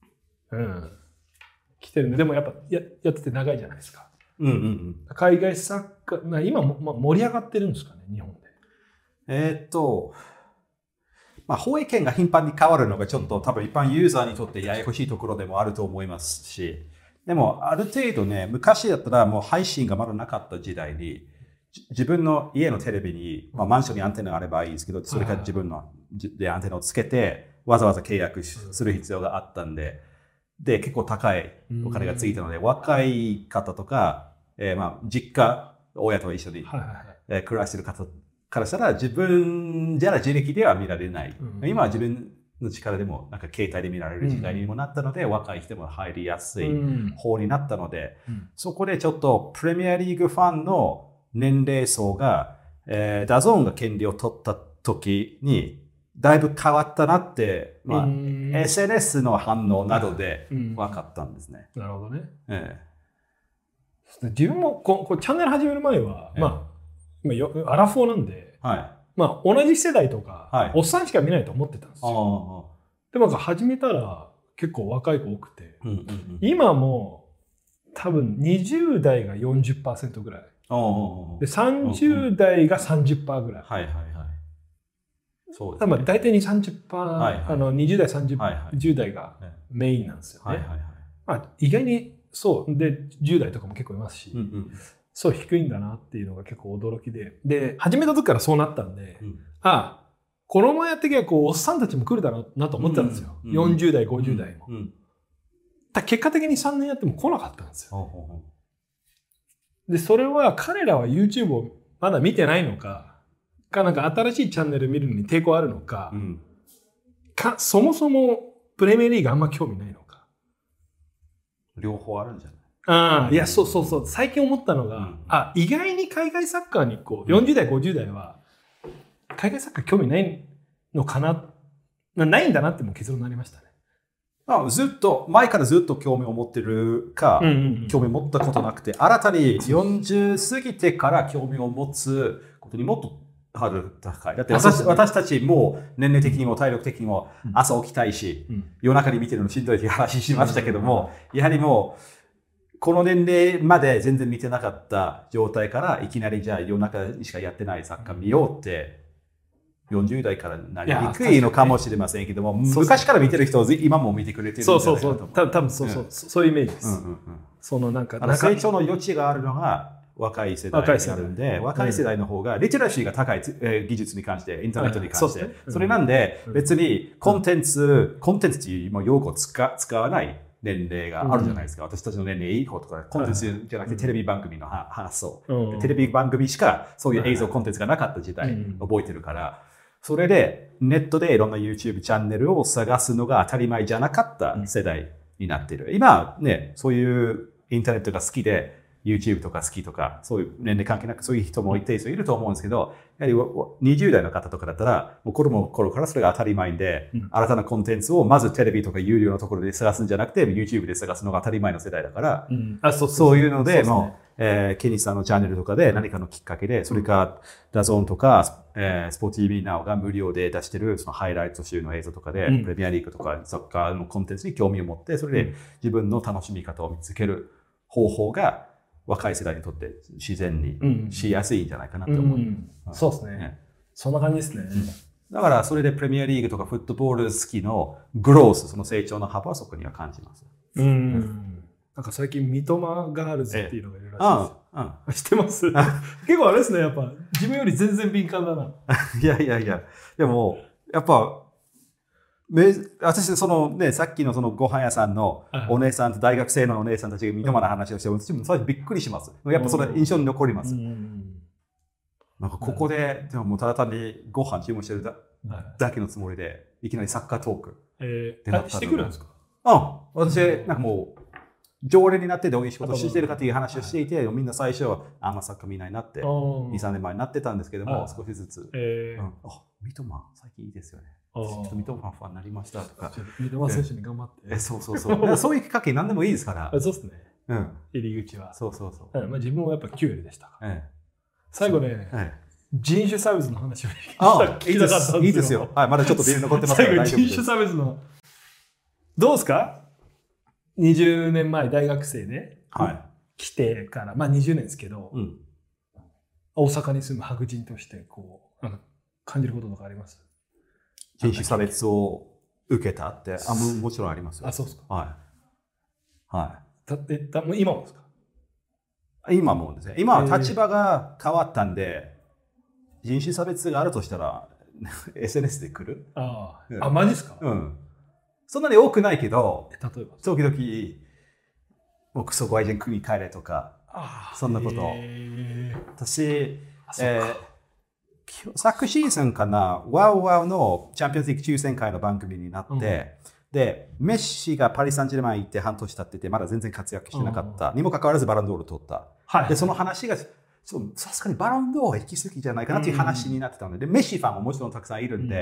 来てるんで、でもやっぱやってて長いじゃないですか。海外サッカー、今も盛り上がってるんですかね、日本で。 まあ放映権が頻繁に変わるのがちょっと多分一般ユーザーにとってややこしいところでもあると思いますし、でもある程度ね、昔だったらもう配信がまだなかった時代に、自分の家のテレビに、まあ、マンションにアンテナがあればいいですけど、それから自分のでアンテナをつけて、わざわざ契約する必要があったんで、で、結構高いお金がついたので、若い方とか、まあ、実家、親と一緒に、暮らしてる方からしたら、自分じゃ自力では見られない。今は自分の力でも、なんか携帯で見られる時代にもなったので、若い人も入りやすい方になったので、そこでちょっとプレミアリーグファンの年齢層が、ダゾーンが権利を取った時に、 だいぶ変わったなって、SNS の反応などで分かったんですね。 なるほどね。自分もチャンネル始める前は、アラフォーなんで、同じ世代とか、おっさんしか見ないと思ってたんですよ。でも始めたら結構若い子多くて、今も多分20代が 40% ぐらい。で30代が 30% ぐらい。 そうですね。 大体 2、30%、20代、30、10代がメインなんですよね。意外にそうで10代とかも結構いますし、そう低いんだなっていうのが結構驚きで、始めた時からそうなったんで、このままやっていけばおっさんたちも来るだろうなと思ってたんですよ。40代、50代も。結果的に3年やっても来なかったんですよ。で、それは彼らは YouTube をまだ見てないのか、なんか新しいチャンネル見るのに抵抗あるのか、そもそもプレミアリーグあんま興味ないのか。 両方あるんじゃない？ いや、そう。最近思ったのが、意外に海外サッカーに40代、50代は、海外サッカー興味ないのかな、ないんだなってもう結論になりましたね。 ずっと、前からずっと興味を持ってるか、興味を持ったことなくて、新たに40過ぎてから興味を持つことにもっとハードル高い。だって私たちも年齢的にも体力的にも朝起きたいし、夜中に見てるのしんどいっていう話しましたけども、やはりもう、この年齢まで全然見てなかった状態からいきなりじゃあ夜中にしかやってないサッカー見ようって、40代からなりにくいのかもしれませんけども、昔から見てる人は今も見てくれてるんじゃないかなと思う。 多分そういうイメージです。そのなんか成長の余地があるのが若い世代になるんで、若い世代の方がリテラシーが高い技術に関して、インターネットに関して、それなんで別にコンテンツっていう用語を使わない年齢があるじゃないですか。私たちの年齢いい方とか、コンテンツじゃなくてテレビ番組の発想。テレビ番組しかそういう映像コンテンツがなかった時代覚えてるから、それでネットでいろんな YouTube チャンネルを探すのが当たり前じゃなかった世代になっている。今ね、そういうインターネットが好きで YouTube とか好きとか、そういう年齢関係なくそういう人も一定数いると思うんですけど、やはり20代の方とかだったら、もう子供の頃からそれが当たり前で、新たなコンテンツをまずテレビとか有料のところで探すんじゃなくて、YouTube で探すのが当たり前の世代だから、そういうので、もう、ケニーさんのチャンネルとかで何かのきっかけで、それかダゾーンとか、スポーツ TV Now が無料で出してるそのハイライト集の映像とかで、プレミアリーグとかサッカーのコンテンツに興味を持って、それで自分の楽しみ方を見つける方法が若い世代にとって自然にしやすいんじゃないかなと思う。 そうですね。そんな感じですね。 だからそれでプレミアリーグとかフットボール好きのグロース、その成長の幅はそこには感じます。 なんか最近三笘ガールズっていうのがいるらしいです。知ってます？結構あれですね、やっぱ自分より全然敏感だな。 いや。でも、やっぱ、私、そのね、さっきのそのご飯屋さんのお姉さんと大学生のお姉さんたちが三笘の話をして、私も最初びっくりします。やっぱそれ印象に残ります。なんかここで、でももうただ単にご飯注文してるだけのつもりで、いきなりサッカートーク。 してくるんですか？ 私、なんかもう、常連になってどういう仕事をしているかという話をしていて、みんな最初はあんまサッカー見ないなって、2、3年前になってたんですけども、少しずつ、三笘、最近いいですよね。三笘ファンになりましたとか。 三笘選手に頑張って。 そう。そういうきっかけ何でもいいですから。 そうですね。入り口は。 そう。 自分もやっぱ9割でしたから。最後ね、人種差別の話を聞きたかったんですよ。 いいですよ。まだちょっとビール残ってますから最後人種差別の。どうですか？20年前大学生で来てから、20年ですけど、大阪に住む白人として感じることとかあります？ 人種差別を受けたってもちろんありますよ。 そうですか。今もですか？ 今もですね。今は立場が変わったんで、人種差別があるとしたら SNS で来る？ マジですか？ そんなに多くないけど、 例えば時々、もうクソ外人国帰れとか、そんなこと。私、昨シーズンかな、ワウワウのチャンピオンズリーグ抽選会の番組になって、で、メッシがパリ・サンジェルマン行って半年経ってて、まだ全然活躍してなかった。にもかかわらずバロンドール取った。で、その話が、さすがにバロンドールは行き過ぎじゃないかなという話になってたので、メッシファンももちろんたくさんいるんで、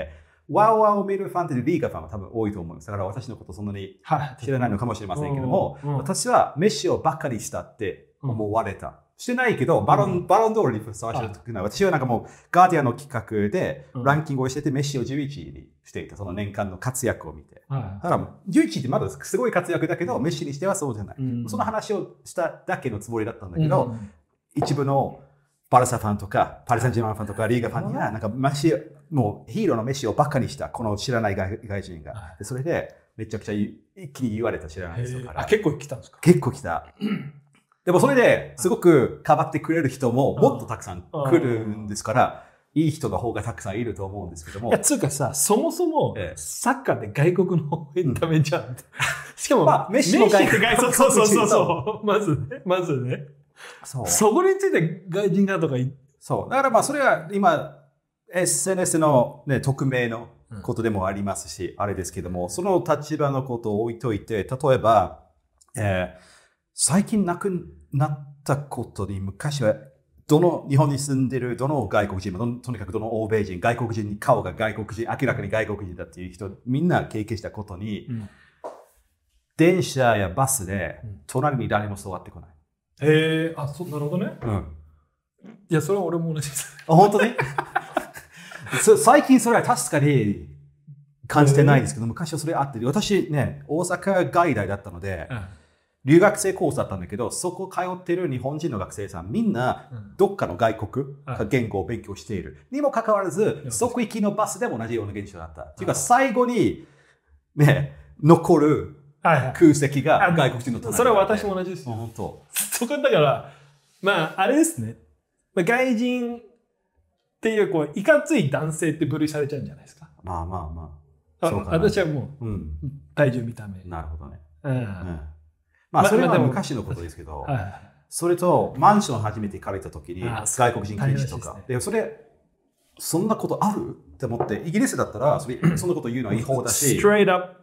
ワウワウを見るファンってリーガファンは多分多いと思います。だから私のことそんなに知らないのかもしれませんけども、私はメッシをばっかりしたって思われた。してないけど、バロンドールにふさわしいとくない。私はなんかもう、ガーディアンの企画でランキングをしてて、メッシを11位にしていた。その年間の活躍を見て。だから11位ってまだすごい活躍だけど、メッシにしてはそうじゃない。その話をしただけのつもりだったんだけど、一部のバルサファンとか、パリ・サンジェルマンファンとか、リーガファンには、なんかメッシ、もうヒーローのメッシをバカにした、この知らない外人が。それで、めちゃくちゃ一気に言われた知らない人から。 結構来たんですか？ 結構来た。でもそれですごくかばってくれる人ももっとたくさん来るんですから、いい人の方がたくさんいると思うんですけども。 いや、つうかさ、そもそもサッカーで外国のエンタメじゃん。しかも、 メッシも外国人。そう。まずね。そこについて外人がとかそう。だからそれは今、SNS の、ね、匿名のことでもありますし、あれですけども、その立場のことを置いといて、例えば、最近なくなったことに昔は日本に住んでるどの外国人もとにかくどの欧米人、外国人に顔が外国人、明らかに外国人だっていう人、みんな経験したことに、電車やバスで隣に誰も座ってこない。 なるほどね。いや、それは俺も同じです。 本当に最近それは確かに感じてないんですけど、昔はそれあって、私ね、大阪外大だったので、留学生コースだったんだけど、そこ通ってる日本人の学生さん、みんなどっかの外国言語を勉強している。にもかかわらず、即行きのバスでも同じような現象だった。っていうか、最後に、ね、残る空席が外国人の隣。 それは私も同じですよ。 本当。 そこだから、あれですね。外人っていう、いかつい男性って部類されちゃうんじゃないですか。私はもう、体重見た目。 なるほどね。それは昔のことですけど、それとマンション初めて借りた時に外国人禁止とか、そんなことあるって思って、イギリスだったらそんなこと言うのは違法だし、 straight up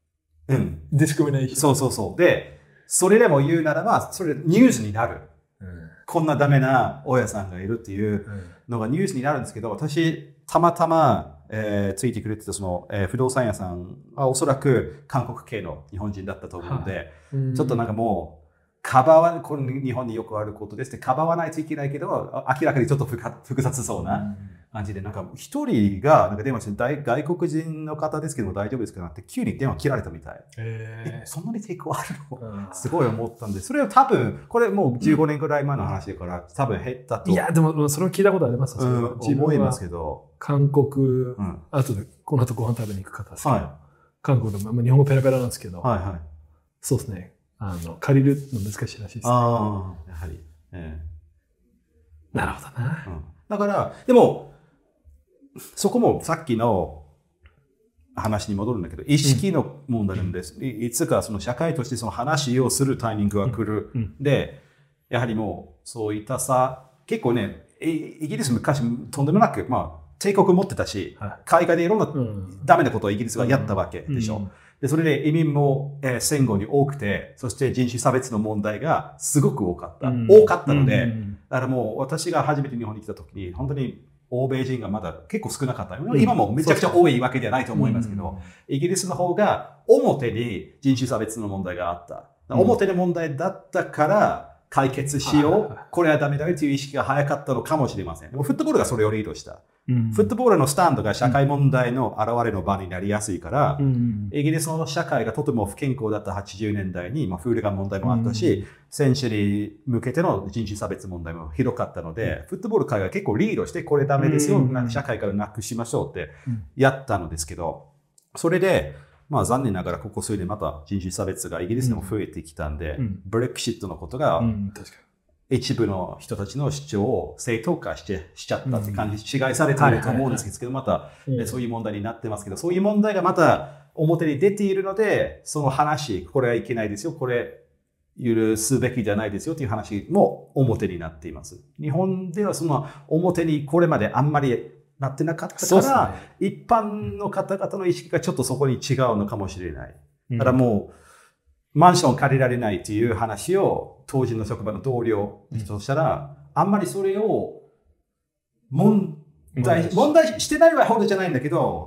discrimination。 そう。で、それでも言うならば、それニュースになる。こんなダメな大家さんがいるっていうのがニュースになるんですけど、私、たまたま、ついてくれてた不動産屋さんはおそらく韓国系の日本人だったと思うので、ちょっとなんかもう、これ日本によくあることですって、かばわないといけないけど、明らかにちょっと複雑そうな感じで、なんか一人がなんか電話して、外国人の方ですけども大丈夫ですかなって急に電話切られたみたい。そんなに抵抗あるのすごい思ったんで、それは多分、これもう15年ぐらい前の話だから、多分減ったと。 いや、でもそれを聞いたことあります。 思いますけど。 韓国、この後ご飯食べに行く方ですけど、韓国でも日本語ペラペラなんですけど、そうですね。借りるの難しいらしいですね。 やはり。 なるほどな。 だから、でも、そこもさっきの話に戻るんだけど、意識の問題なんです。いつかその社会としてその話をするタイミングが来る。で、やはりもうそういった結構ね、イギリス昔とんでもなく、帝国持ってたし、海外でいろんなダメなことをイギリスがやったわけでしょ。で、それで移民も戦後に多くて、そして人種差別の問題がすごく多かった。多かったので、だからもう私が初めて日本に来た時に、本当に欧米人がまだ結構少なかった。今もめちゃくちゃ多いわけではないと思いますけど、イギリスの方が表に人種差別の問題があった。表の問題だったから解決しよう。これはダメだよという意識が早かったのかもしれません。でもフットボールがそれをリードした。フットボールのスタンドが社会問題の現れの場になりやすいから、イギリスの社会がとても不健康だった80年代に、フーリガン問題もあったし、選手に向けての人種差別問題も広かったので、フットボール界が結構リードして、これダメですよ、社会からなくしましょうってやったのですけど、それで、残念ながらここ数年また人種差別がイギリスでも増えてきたんで、ブレクシットのことが、一部の人たちの主張を正当化しちゃったって感じ、違いされていると思うんですけど、またそういう問題になってますけど、そういう問題がまた表に出ているので、その話、これはいけないですよ、これ許すべきじゃないですよという話も表になっています。日本ではその表にこれまであんまりなってなかったから、一般の方々の意識がちょっとそこに違うのかもしれない。だからもう、マンション借りられないっていう話を当時の職場の同僚としたら、あんまりそれを問題してないはほどじゃないんだけど、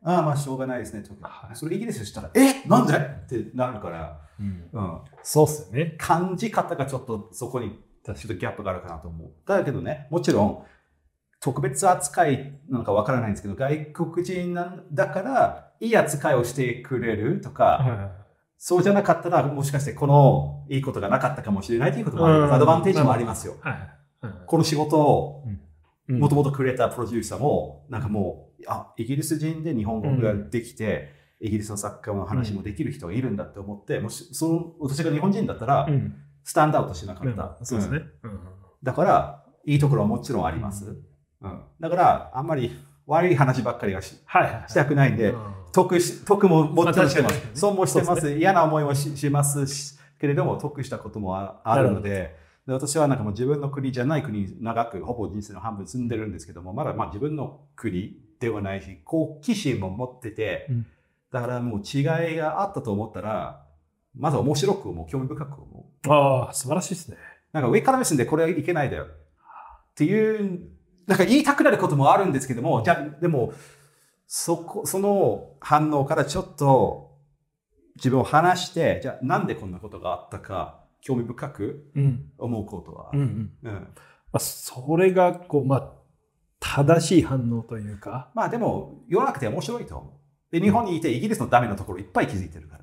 まあしょうがないですねとか、それイギリスしたらなんでってなるから、 そうっすよね。 感じ方がちょっとそこにちょっとギャップがあるかなと思う。だけどね、もちろん特別扱いなのかわからないんですけど、外国人なんだからいい扱いをしてくれるとか、そうじゃなかったらもしかしてこのいいことがなかったかもしれないということもあります。アドバンテージもありますよ。この仕事をもともとくれたプロデューサーもなんかもうイギリス人で日本語ができて、イギリスの作家の話もできる人がいるんだって思って、もし私が日本人だったらスタンドアウトしなかった。 そうですね。 だからいいところはもちろんあります。だからあんまり悪い話ばっかりはしたくないんで、得ももちろんしてます。損もしてます。嫌な思いもしますけれども、得したこともあるので、私はなんかもう自分の国じゃない国に長くほぼ人生の半分住んでるんですけども、まだ自分の国ではないし、好奇心も持ってて、だからもう違いがあったと思ったら、まず面白くも興味深く思う。素晴らしいですね。 なんか上から目線でこれはいけないだよっていう、なんか言いたくなることもあるんですけども、じゃあでもその反応からちょっと自分を話して、じゃあなんでこんなことがあったか興味深く思うことは、 それが正しい反応というか、 でも世の中で面白いと思う。で日本にいてイギリスのダメなところいっぱい気づいてるから、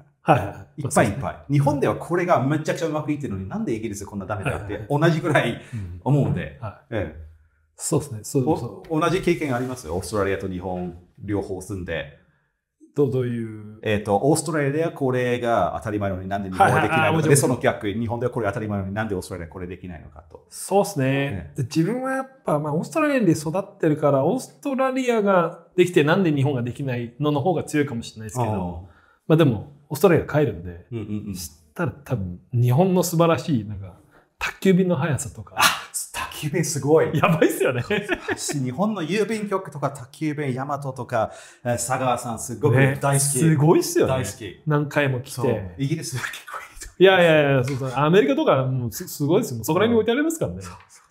いっぱいいっぱい。日本ではこれがめちゃくちゃうまくいってるのに、なんでイギリスこんなダメだって同じぐらい思うんで。 そうですね。 同じ経験ありますよ。オーストラリアと日本両方住んで。 どういう？ オーストラリアではこれが当たり前なのになんで日本はできないのか。で、その逆、日本ではこれ当たり前なのになんでオーストラリアこれできないのかと。 そうですね。自分はやっぱ、オーストラリアで育ってるから、オーストラリアができてなんで日本ができないの方が強いかもしれないですけど、でも、オーストラリア帰るんで、知ったら多分、日本の素晴らしい、宅急便の速さとか。 宅急便すごい。 やばいっすよね。 日本の郵便局とか宅急便、ヤマトとか、佐川さんすごく大好き。 すごいっすよね。 大好き。 何回も来て。 イギリスは結構いいと。 いや、そうアメリカとかもうすごいですよ。そこら辺に置いてありますからね。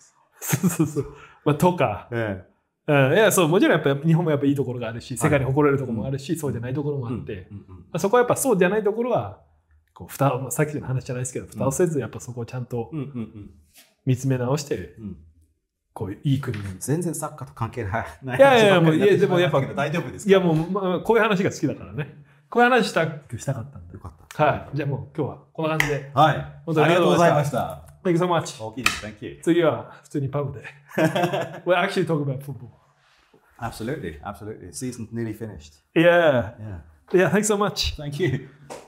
とか。もちろんやっぱ日本もやっぱいいところがあるし、世界に誇れるところもあるし、そうじゃないところもあって、そこはやっぱそうじゃないところは、さっきの話じゃないですけど、蓋をせず、やっぱそこをちゃんと見つめ直して、いい国に。 全然サッカーと関係ない。 でもやっぱ大丈夫ですか？ いやもう、こういう話が好きだからね。こういう話したかったんで。 よかった。 はい。じゃあもう今日はこんな感じで。 はい。ありがとうございました。 Thank you so much. 大きいです。Thank you. 次は普通にパブで。We're actually talking about football. Absolutely. The season's nearly finished. Yeah. Thanks so much. Thank you.